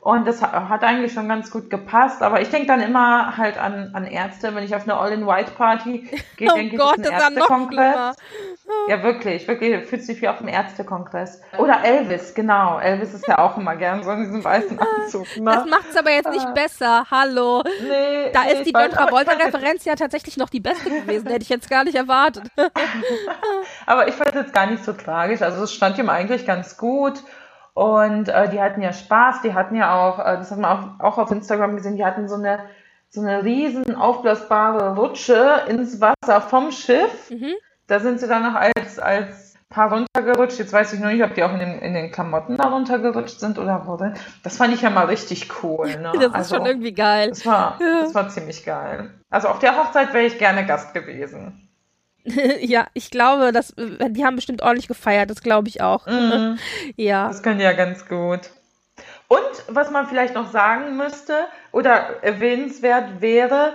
Und das hat eigentlich schon ganz gut gepasst. Aber ich denke dann immer halt an Ärzte. Wenn ich auf eine All-in-White-Party gehe, denke ich, das ist ein Ärztekongress. Ja, wirklich, fühlt sich wie auf einem Ärztekongress. Oder Elvis, genau. Elvis ist ja auch immer gern so in diesem weißen Anzug. Ne? Das macht's aber jetzt nicht besser. Hallo. Nee, da ist die John Travolta-Referenz ja tatsächlich noch die beste gewesen. Hätte ich jetzt gar nicht erwartet. Aber ich fand es jetzt gar nicht so tragisch. Also es stand ihm eigentlich ganz gut. Und die hatten ja Spaß. Die hatten ja auch, das hat man auch auf Instagram gesehen, die hatten so eine riesen aufblasbare Rutsche ins Wasser vom Schiff. Mhm. Da sind sie dann noch als Paar runtergerutscht. Jetzt weiß ich noch nicht, ob die auch in den Klamotten da runtergerutscht sind oder wo denn. Das fand ich ja mal richtig cool. Ne? Das ist schon irgendwie geil. Das war ziemlich geil. Also auf der Hochzeit wäre ich gerne Gast gewesen. Ja, ich glaube, die haben bestimmt ordentlich gefeiert, das glaube ich auch. Mhm. Ja. Das können die ja ganz gut. Und was man vielleicht noch sagen müsste oder erwähnenswert wäre,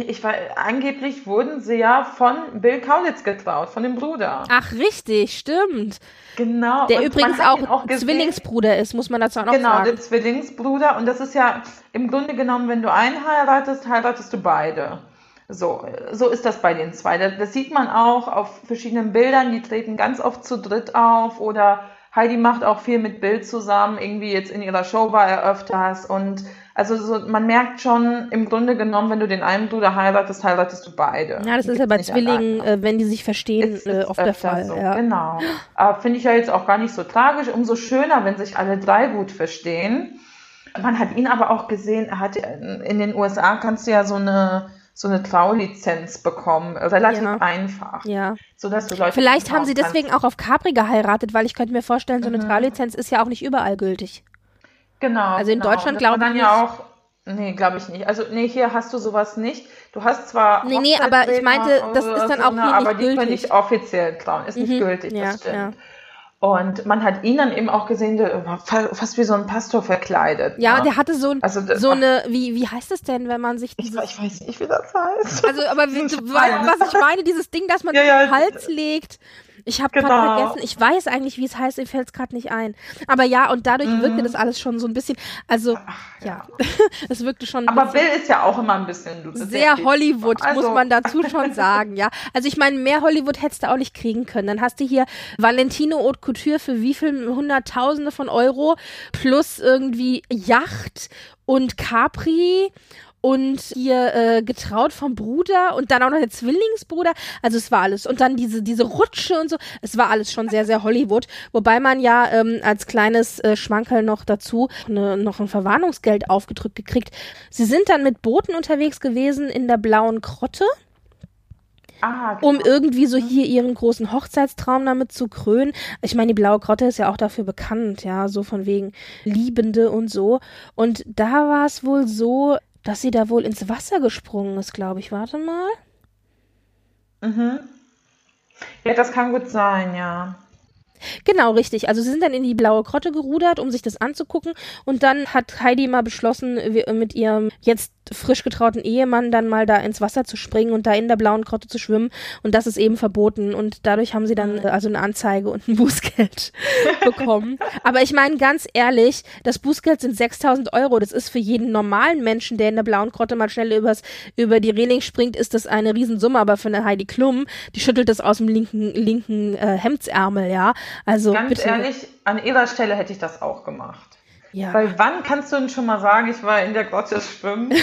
angeblich wurden sie ja von Bill Kaulitz getraut, von dem Bruder. Ach, richtig, stimmt. Genau. Der übrigens auch Zwillingsbruder ist, muss man dazu auch noch sagen. Genau, der Zwillingsbruder. Und das ist ja im Grunde genommen, wenn du einen heiratest du beide. So ist das bei den zwei. Das sieht man auch auf verschiedenen Bildern, die treten ganz oft zu dritt auf oder Heidi macht auch viel mit Bill zusammen, irgendwie jetzt in ihrer Show war er öfters und also man merkt schon, im Grunde genommen, wenn du den einen Bruder heiratest du beide. Ja, das ist ja bei Zwillingen, wenn die sich verstehen, oft der Fall. So, ja. Genau. Finde ich ja jetzt auch gar nicht so tragisch. Umso schöner, wenn sich alle drei gut verstehen. Man hat ihn aber auch gesehen, in den USA kannst du ja so eine Traulizenz bekommen, relativ einfach. Ja. Sodass du Leute Vielleicht haben sie deswegen auch auf Capri geheiratet, weil ich könnte mir vorstellen, so eine Traulizenz ist ja auch nicht überall gültig. Genau. Also in Deutschland glaube ich nicht. Ja auch, nee, glaube ich nicht. Also hier hast du sowas nicht. Du hast zwar Nee, aber ich meinte, das ist dann auch hier nicht aber gültig. die können nicht offiziell trauen. Ist nicht gültig, das stimmt. Ja. Und man hat ihn dann eben auch gesehen, der war fast wie so ein Pastor verkleidet. Ja, ne? Der hatte so eine, wie heißt es denn, wenn man sich ich weiß nicht, wie das heißt. Also, aber du weißt, was ich meine, dieses Ding, das man sich in den Hals legt. Ich habe gerade vergessen, ich weiß eigentlich, wie es heißt, mir fällt es gerade nicht ein. Aber ja, und dadurch wirkte das alles schon so ein bisschen, also, es wirkte schon ein bisschen. Aber Bill ist ja auch immer ein bisschen sehr Hollywood, muss man dazu schon sagen, ja. Also ich meine, mehr Hollywood hättest du auch nicht kriegen können. Dann hast du hier Valentino Haute Couture für wie viel Hunderttausende von Euro plus irgendwie Yacht und Capri und hier getraut vom Bruder und dann auch noch der Zwillingsbruder. Also es war alles. Und dann diese Rutsche und so. Es war alles schon sehr, sehr Hollywood. Wobei man ja als kleines Schmankerl noch dazu noch ein Verwarnungsgeld aufgedrückt gekriegt. Sie sind dann mit Booten unterwegs gewesen in der Blauen Grotte. Genau. Um irgendwie so hier ihren großen Hochzeitstraum damit zu krönen. Ich meine, die Blaue Grotte ist ja auch dafür bekannt, ja, so von wegen Liebende und so. Und da war es wohl so, dass sie da wohl ins Wasser gesprungen ist, glaube ich. Warte mal. Mhm. Ja, das kann gut sein, ja. Genau, richtig. Also sie sind dann in die Blaue Grotte gerudert, um sich das anzugucken. Und dann hat Heidi mal beschlossen, mit ihrem jetzt frisch getrauten Ehemann dann mal da ins Wasser zu springen und da in der Blauen Grotte zu schwimmen. Und das ist eben verboten. Und dadurch haben sie dann also eine Anzeige und ein Bußgeld bekommen. Aber ich meine, ganz ehrlich, das Bußgeld sind 6.000 Euro. Das ist für jeden normalen Menschen, der in der Blauen Grotte mal schnell über die Reling springt, ist das eine Riesensumme. Aber für eine Heidi Klum, die schüttelt das aus dem linken Hemdsärmel, ja. Also ganz bitte. Ehrlich, an ihrer Stelle hätte ich das auch gemacht. Ja. Weil wann kannst du denn schon mal sagen, ich war in der Grotte schwimmen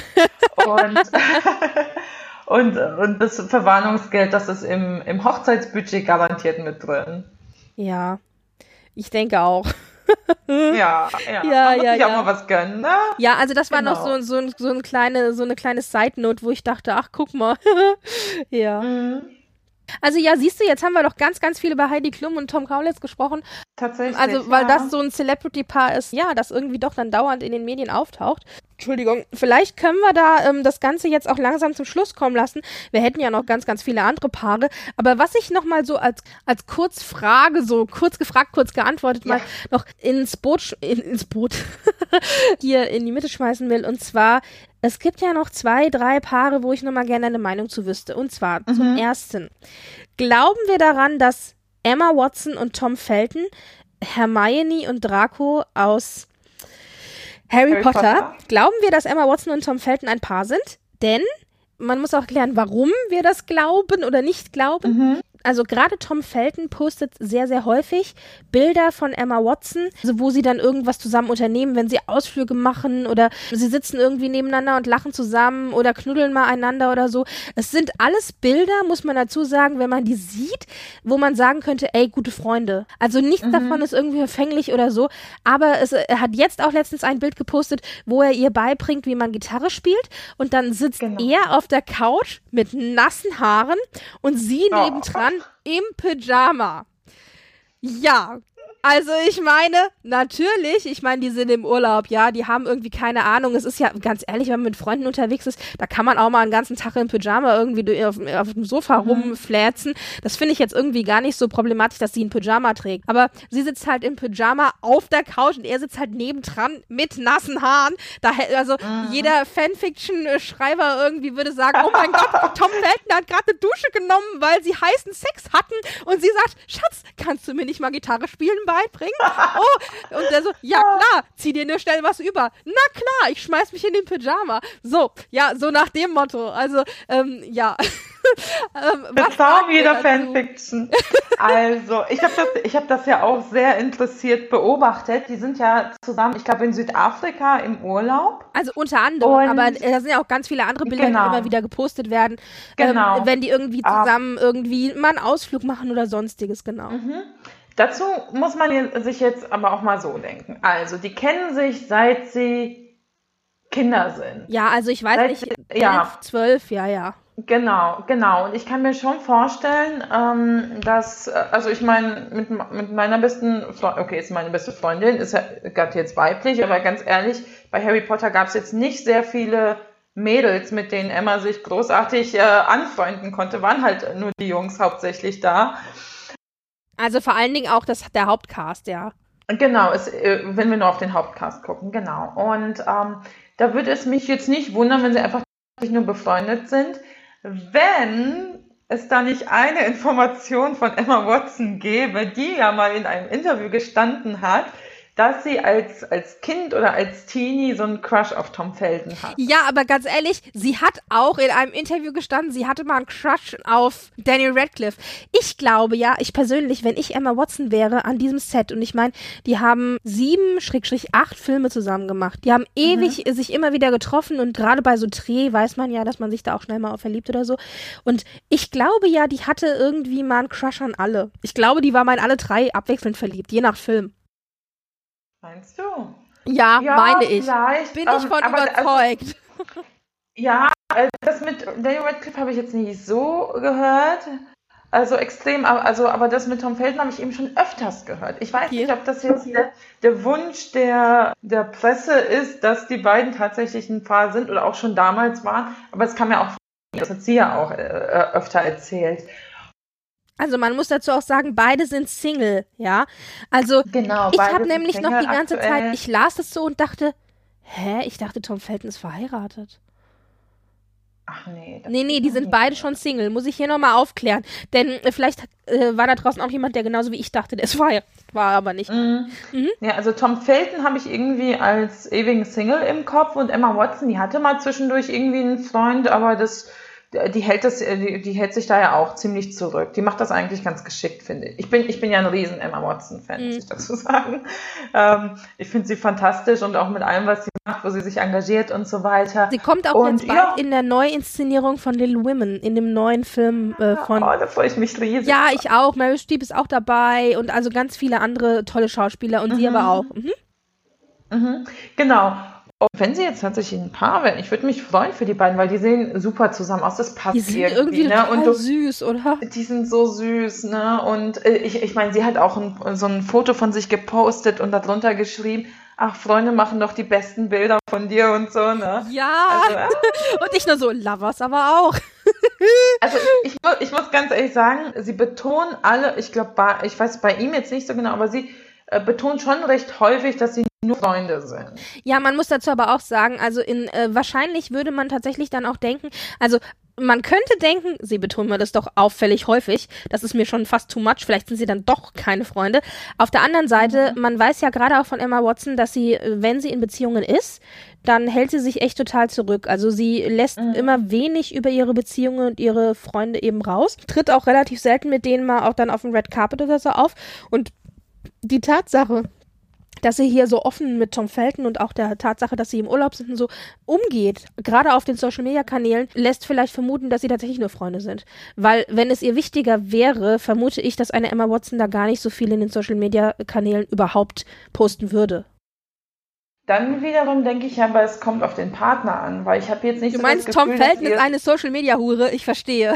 und das Verwarnungsgeld, das ist im Hochzeitsbudget garantiert mit drin. Ja, ich denke auch. Ja. Man muss sich auch mal was gönnen, ne? Ja, also das war noch so eine kleine Side-Note, wo ich dachte, ach, guck mal. Ja. Mhm. Also ja, siehst du, jetzt haben wir doch ganz, ganz viel über Heidi Klum und Tom Kaulitz gesprochen. Tatsächlich, also, weil das so ein Celebrity-Paar ist, ja, das irgendwie doch dann dauernd in den Medien auftaucht. Entschuldigung, vielleicht können wir da das Ganze jetzt auch langsam zum Schluss kommen lassen. Wir hätten ja noch ganz, ganz viele andere Paare. Aber was ich nochmal so als Kurzfrage, so kurz gefragt, kurz geantwortet, mal noch ins Boot hier in die Mitte schmeißen will. Und zwar, es gibt ja noch 2, 3 Paare, wo ich nochmal gerne eine Meinung zu wüsste. Und zwar zum ersten. Glauben wir daran, dass Emma Watson und Tom Felton Hermione und Draco aus Harry Potter. Glauben wir, dass Emma Watson und Tom Felton ein Paar sind? Denn man muss auch klären, warum wir das glauben oder nicht glauben. Also gerade Tom Felton postet sehr, sehr häufig Bilder von Emma Watson, also wo sie dann irgendwas zusammen unternehmen, wenn sie Ausflüge machen oder sie sitzen irgendwie nebeneinander und lachen zusammen oder knuddeln mal einander oder so. Es sind alles Bilder, muss man dazu sagen, wenn man die sieht, wo man sagen könnte, ey, gute Freunde. Also nichts davon ist irgendwie verfänglich oder so, aber er hat jetzt auch letztens ein Bild gepostet, wo er ihr beibringt, wie man Gitarre spielt und dann sitzt er auf der Couch mit nassen Haaren und sie nebendran im Pyjama. Ja, also ich meine, natürlich, die sind im Urlaub, ja, die haben irgendwie keine Ahnung, es ist ja, ganz ehrlich, wenn man mit Freunden unterwegs ist, da kann man auch mal einen ganzen Tag im Pyjama irgendwie auf dem Sofa rumfläzen. Das finde ich jetzt irgendwie gar nicht so problematisch, dass sie ein Pyjama trägt. Aber sie sitzt halt im Pyjama auf der Couch und er sitzt halt nebendran mit nassen Haaren. Jeder Fanfiction-Schreiber irgendwie würde sagen, oh mein Gott, Tom Felton hat gerade eine Dusche genommen, weil sie heißen Sex hatten und sie sagt, Schatz, kannst du mir nicht mal Gitarre spielen beibringen? Oh, und der so, ja klar, zieh dir nur schnell was über. Na klar, ich schmeiß mich in den Pyjama. So, ja, so nach dem Motto. Also, ja. Das war wieder Fanfiction. Also, ich hab das ja auch sehr interessiert beobachtet. Die sind ja zusammen, ich glaube, in Südafrika im Urlaub. Also unter anderem, aber da sind ja auch ganz viele andere Bilder, die immer wieder gepostet werden. Wenn die irgendwie zusammen irgendwie mal einen Ausflug machen oder sonstiges, genau. Dazu muss man sich jetzt aber auch mal so denken. Also, die kennen sich, seit sie Kinder sind. Ja, also ich weiß nicht, 11, 12, ja. Genau. Und ich kann mir schon vorstellen, dass, also ich meine, mit meiner besten Freundin, okay, ist meine beste Freundin, ist ja gerade jetzt weiblich, aber ganz ehrlich, bei Harry Potter gab es jetzt nicht sehr viele Mädels, mit denen Emma sich großartig anfreunden konnte, waren halt nur die Jungs hauptsächlich da. Also vor allen Dingen auch der Hauptcast, ja. Genau, wenn wir nur auf den Hauptcast gucken, genau. Und da würde es mich jetzt nicht wundern, wenn sie einfach nur befreundet sind, wenn es da nicht eine Information von Emma Watson gäbe, die ja mal in einem Interview gestanden hat, dass sie als Kind oder als Teenie so einen Crush auf Tom Felton hat. Ja, aber ganz ehrlich, sie hat auch in einem Interview gestanden, sie hatte mal einen Crush auf Daniel Radcliffe. Ich glaube ja, ich persönlich, wenn ich Emma Watson wäre an diesem Set und ich meine, die haben 7/8 Filme zusammen gemacht. Die haben ewig sich immer wieder getroffen und gerade bei so Dreh weiß man ja, dass man sich da auch schnell mal verliebt oder so. Und ich glaube ja, die hatte irgendwie mal einen Crush an alle. Ich glaube, die war mal in alle 3 abwechselnd verliebt, je nach Film. Meinst du? Ja, meine ich. Vielleicht, bin ich von überzeugt. Das mit Daniel Radcliffe habe ich jetzt nicht so gehört. Also extrem, aber das mit Tom Felton habe ich eben schon öfters gehört. Ich weiß nicht, ob das jetzt der Wunsch der Presse ist, dass die beiden tatsächlich ein Paar sind oder auch schon damals waren. Aber es kam ja auch, das hat sie ja auch öfter erzählt. Also man muss dazu auch sagen, beide sind Single, ja. Also genau, ich habe nämlich noch die ganze Zeit, ich las das so und dachte, ich dachte, Tom Felton ist verheiratet. Ach nee. Nee, die sind beide schon Single, muss ich hier nochmal aufklären. Denn vielleicht war da draußen auch jemand, der genauso wie ich dachte, der ist verheiratet, war aber nicht. Ja, also Tom Felton habe ich irgendwie als ewigen Single im Kopf und Emma Watson, die hatte mal zwischendurch irgendwie einen Freund, aber die hält sich da ja auch ziemlich zurück. Die macht das eigentlich ganz geschickt, finde ich. Ich bin ja ein riesen Emma Watson-Fan, muss ich dazu sagen. Ich finde sie fantastisch und auch mit allem, was sie macht, wo sie sich engagiert und so weiter. Sie kommt auch jetzt bald in der Neuinszenierung von Little Women, in dem neuen Film von... Oh, da freue ich mich riesig. Ja, ich auch. Meryl Streep ist auch dabei und also ganz viele andere tolle Schauspieler und sie aber auch. Genau. Und wenn sie jetzt tatsächlich ein Paar werden, ich würde mich freuen für die beiden, weil die sehen super zusammen aus. Das passt die sind irgendwie total süß, oder? Die sind so süß, ne? Und ich meine, sie hat auch so ein Foto von sich gepostet und darunter geschrieben, ach, Freunde machen doch die besten Bilder von dir und so, ne? Ja, also, und nicht nur so, Lovers aber auch. Also ich muss ganz ehrlich sagen, sie betonen alle, ich glaube, ich weiß bei ihm jetzt nicht so genau, aber sie betont schon recht häufig, dass sie nur Freunde sind. Ja, man muss dazu aber auch sagen, also wahrscheinlich würde man tatsächlich dann auch denken, also man könnte denken, sie betonen mir das doch auffällig häufig, das ist mir schon fast too much, vielleicht sind sie dann doch keine Freunde. Auf der anderen Seite, man weiß ja gerade auch von Emma Watson, dass sie, wenn sie in Beziehungen ist, dann hält sie sich echt total zurück. Also sie lässt immer wenig über ihre Beziehungen und ihre Freunde eben raus, tritt auch relativ selten mit denen mal auch dann auf dem Red Carpet oder so auf. Und die Tatsache, dass sie hier so offen mit Tom Felton und auch der Tatsache, dass sie im Urlaub sind und so umgeht, gerade auf den Social-Media-Kanälen, lässt vielleicht vermuten, dass sie tatsächlich nur Freunde sind. Weil, wenn es ihr wichtiger wäre, vermute ich, dass eine Emma Watson da gar nicht so viel in den Social-Media-Kanälen überhaupt posten würde. Dann wiederum denke ich aber, es kommt auf den Partner an, weil ich habe jetzt nicht Du so meinst, das Gefühl, Tom Felton ist eine Social-Media-Hure? Ich verstehe.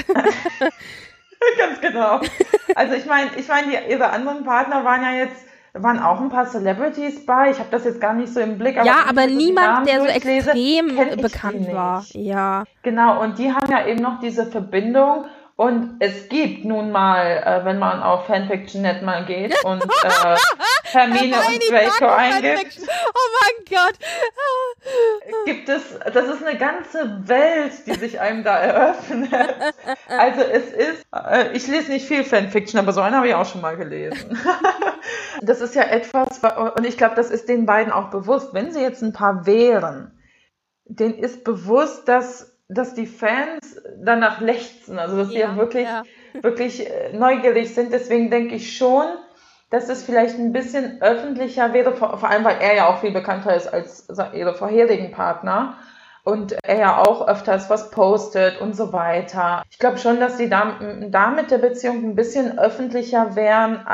Ganz genau. Also ich meine, ihre anderen Partner waren auch ein paar Celebrities bei. Ich habe das jetzt gar nicht so im Blick. Aber niemand, der so extrem bekannt war. Ja. Genau, und die haben ja eben noch diese Verbindung. Und es gibt nun mal, wenn man auf Fanfiction.net mal geht und Hermine und Draco eingibt, oh mein Gott, gibt es, das ist eine ganze Welt, die sich einem da eröffnet. Also es ist, ich lese nicht viel Fanfiction, aber so einen habe ich auch schon mal gelesen. Das ist ja etwas, und ich glaube, das ist den beiden auch bewusst, wenn sie jetzt ein Paar wären, denen ist bewusst, dass die Fans danach lechzen, also dass sie ja wirklich neugierig sind. Deswegen denke ich schon, dass es vielleicht ein bisschen öffentlicher wäre, vor allem, weil er ja auch viel bekannter ist als ihre vorherigen Partner und er ja auch öfters was postet und so weiter. Ich glaube schon, dass sie da mit der Beziehung ein bisschen öffentlicher wären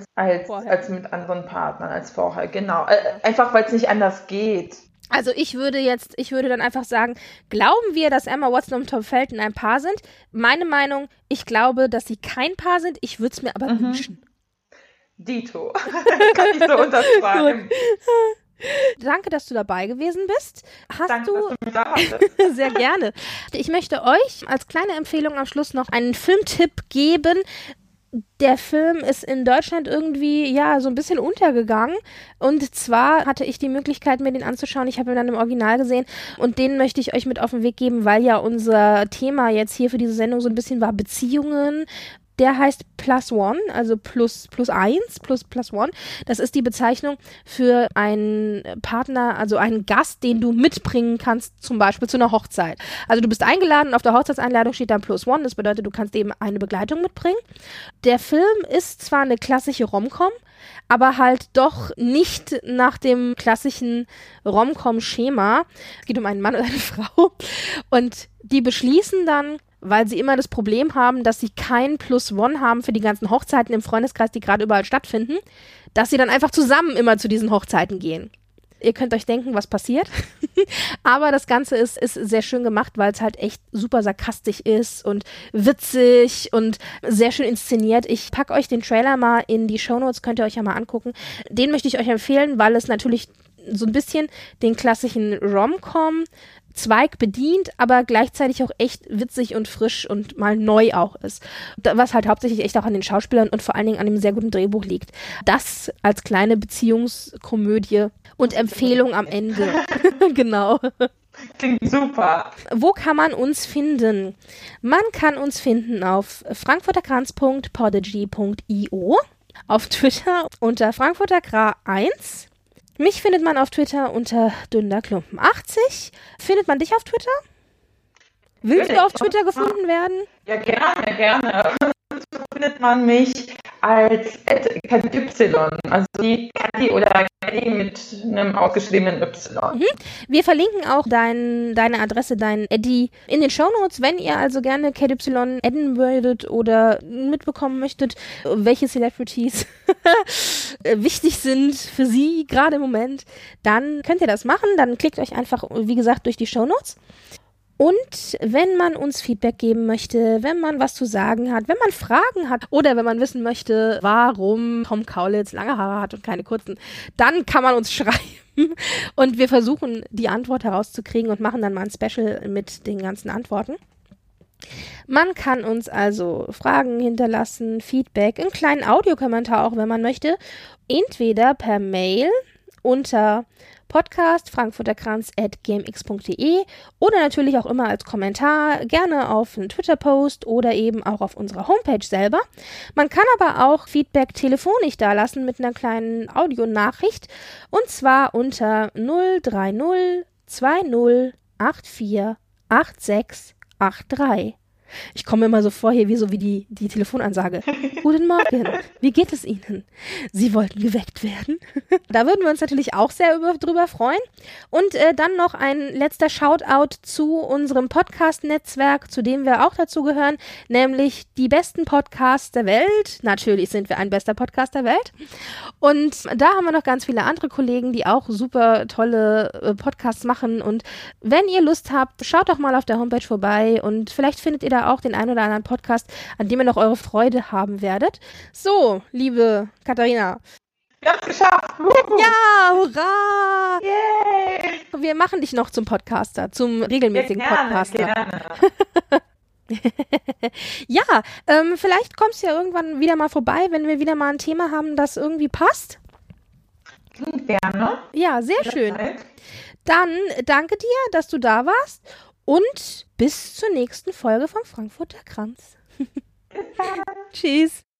als mit anderen Partnern, als vorher. Genau, einfach weil es nicht anders geht. Also ich würde dann einfach sagen, glauben wir, dass Emma Watson und Tom Felton ein Paar sind? Meine Meinung, ich glaube, dass sie kein Paar sind. Ich würde es mir aber wünschen. Dito. Kann ich so unterschreiben. Danke, dass du dabei gewesen bist. Danke, dass du mich da hattest. Sehr gerne. Ich möchte euch als kleine Empfehlung am Schluss noch einen Filmtipp geben. Der Film ist in Deutschland irgendwie, so ein bisschen untergegangen. Und zwar hatte ich die Möglichkeit, mir den anzuschauen. Ich habe ihn dann im Original gesehen. Und den möchte ich euch mit auf den Weg geben, weil ja unser Thema jetzt hier für diese Sendung so ein bisschen war Beziehungen. Der heißt Plus One, also plus eins, plus one. Das ist die Bezeichnung für einen Partner, also einen Gast, den du mitbringen kannst, zum Beispiel zu einer Hochzeit. Also du bist eingeladen und auf der Hochzeitseinladung steht dann Plus One. Das bedeutet, du kannst eben eine Begleitung mitbringen. Der Film ist zwar eine klassische Rom-Com, aber halt doch nicht nach dem klassischen Rom-Com-Schema. Es geht um einen Mann und eine Frau. Und die beschließen dann, weil sie immer das Problem haben, dass sie kein Plus One haben für die ganzen Hochzeiten im Freundeskreis, die gerade überall stattfinden, dass sie dann einfach zusammen immer zu diesen Hochzeiten gehen. Ihr könnt euch denken, was passiert. Aber das Ganze ist sehr schön gemacht, weil es halt echt super sarkastisch ist und witzig und sehr schön inszeniert. Ich packe euch den Trailer mal in die Shownotes, könnt ihr euch ja mal angucken. Den möchte ich euch empfehlen, weil es natürlich so ein bisschen den klassischen Rom-Com Zweig bedient, aber gleichzeitig auch echt witzig und frisch und mal neu auch ist. Was halt hauptsächlich echt auch an den Schauspielern und vor allen Dingen an dem sehr guten Drehbuch liegt. Das als kleine Beziehungskomödie und Empfehlung am Ende. Genau. Klingt super. Wo kann man uns finden? Man kann uns finden auf frankfurterkranz.podigy.io, auf Twitter unter frankfurterkra1. Mich findet man auf Twitter unter Dünderklumpen80. Findet man dich auf Twitter? Willst du auf Twitter gefunden werden? Ja, gerne. So findet man mich als @KY, also die Kadi oder Kadi mit einem ausgeschriebenen Y. Wir verlinken auch deine Adresse, dein Eddy in den Shownotes, wenn ihr also gerne KY adden würdet oder mitbekommen möchtet, welche Celebrities wichtig sind für sie gerade im Moment, dann könnt ihr das machen. Dann klickt euch einfach, wie gesagt, durch die Shownotes. Und wenn man uns Feedback geben möchte, wenn man was zu sagen hat, wenn man Fragen hat oder wenn man wissen möchte, warum Tom Kaulitz lange Haare hat und keine kurzen, dann kann man uns schreiben und wir versuchen, die Antwort herauszukriegen und machen dann mal ein Special mit den ganzen Antworten. Man kann uns also Fragen hinterlassen, Feedback, einen kleinen Audiokommentar auch, wenn man möchte, entweder per Mail unter podcast@gmx.de oder natürlich auch immer als Kommentar, gerne auf einen Twitter-Post oder eben auch auf unserer Homepage selber. Man kann aber auch Feedback telefonisch dalassen mit einer kleinen Audionachricht und zwar unter 030 20 84 86 83. Ich komme immer so vor hier wie die Telefonansage. Guten Morgen, wie geht es Ihnen? Sie wollten geweckt werden? Da würden wir uns natürlich auch sehr drüber freuen. Und dann noch ein letzter Shoutout zu unserem Podcast-Netzwerk, zu dem wir auch dazu gehören, nämlich die besten Podcasts der Welt. Natürlich sind wir ein bester Podcast der Welt. Und da haben wir noch ganz viele andere Kollegen, die auch super tolle Podcasts machen. Und wenn ihr Lust habt, schaut doch mal auf der Homepage vorbei und vielleicht findet ihr da auch den einen oder anderen Podcast, an dem ihr noch eure Freude haben werdet. So, liebe Katharina. Wir haben es geschafft. Ja, hurra! Yay! Wir machen dich noch zum Podcaster, zum regelmäßigen Podcaster. Gerne. Ja, vielleicht kommst du ja irgendwann wieder mal vorbei, wenn wir wieder mal ein Thema haben, das irgendwie passt. Gerne. Ja, sehr schön. Dann danke dir, dass du da warst und bis zur nächsten Folge vom Frankfurter Kranz. Tschüss.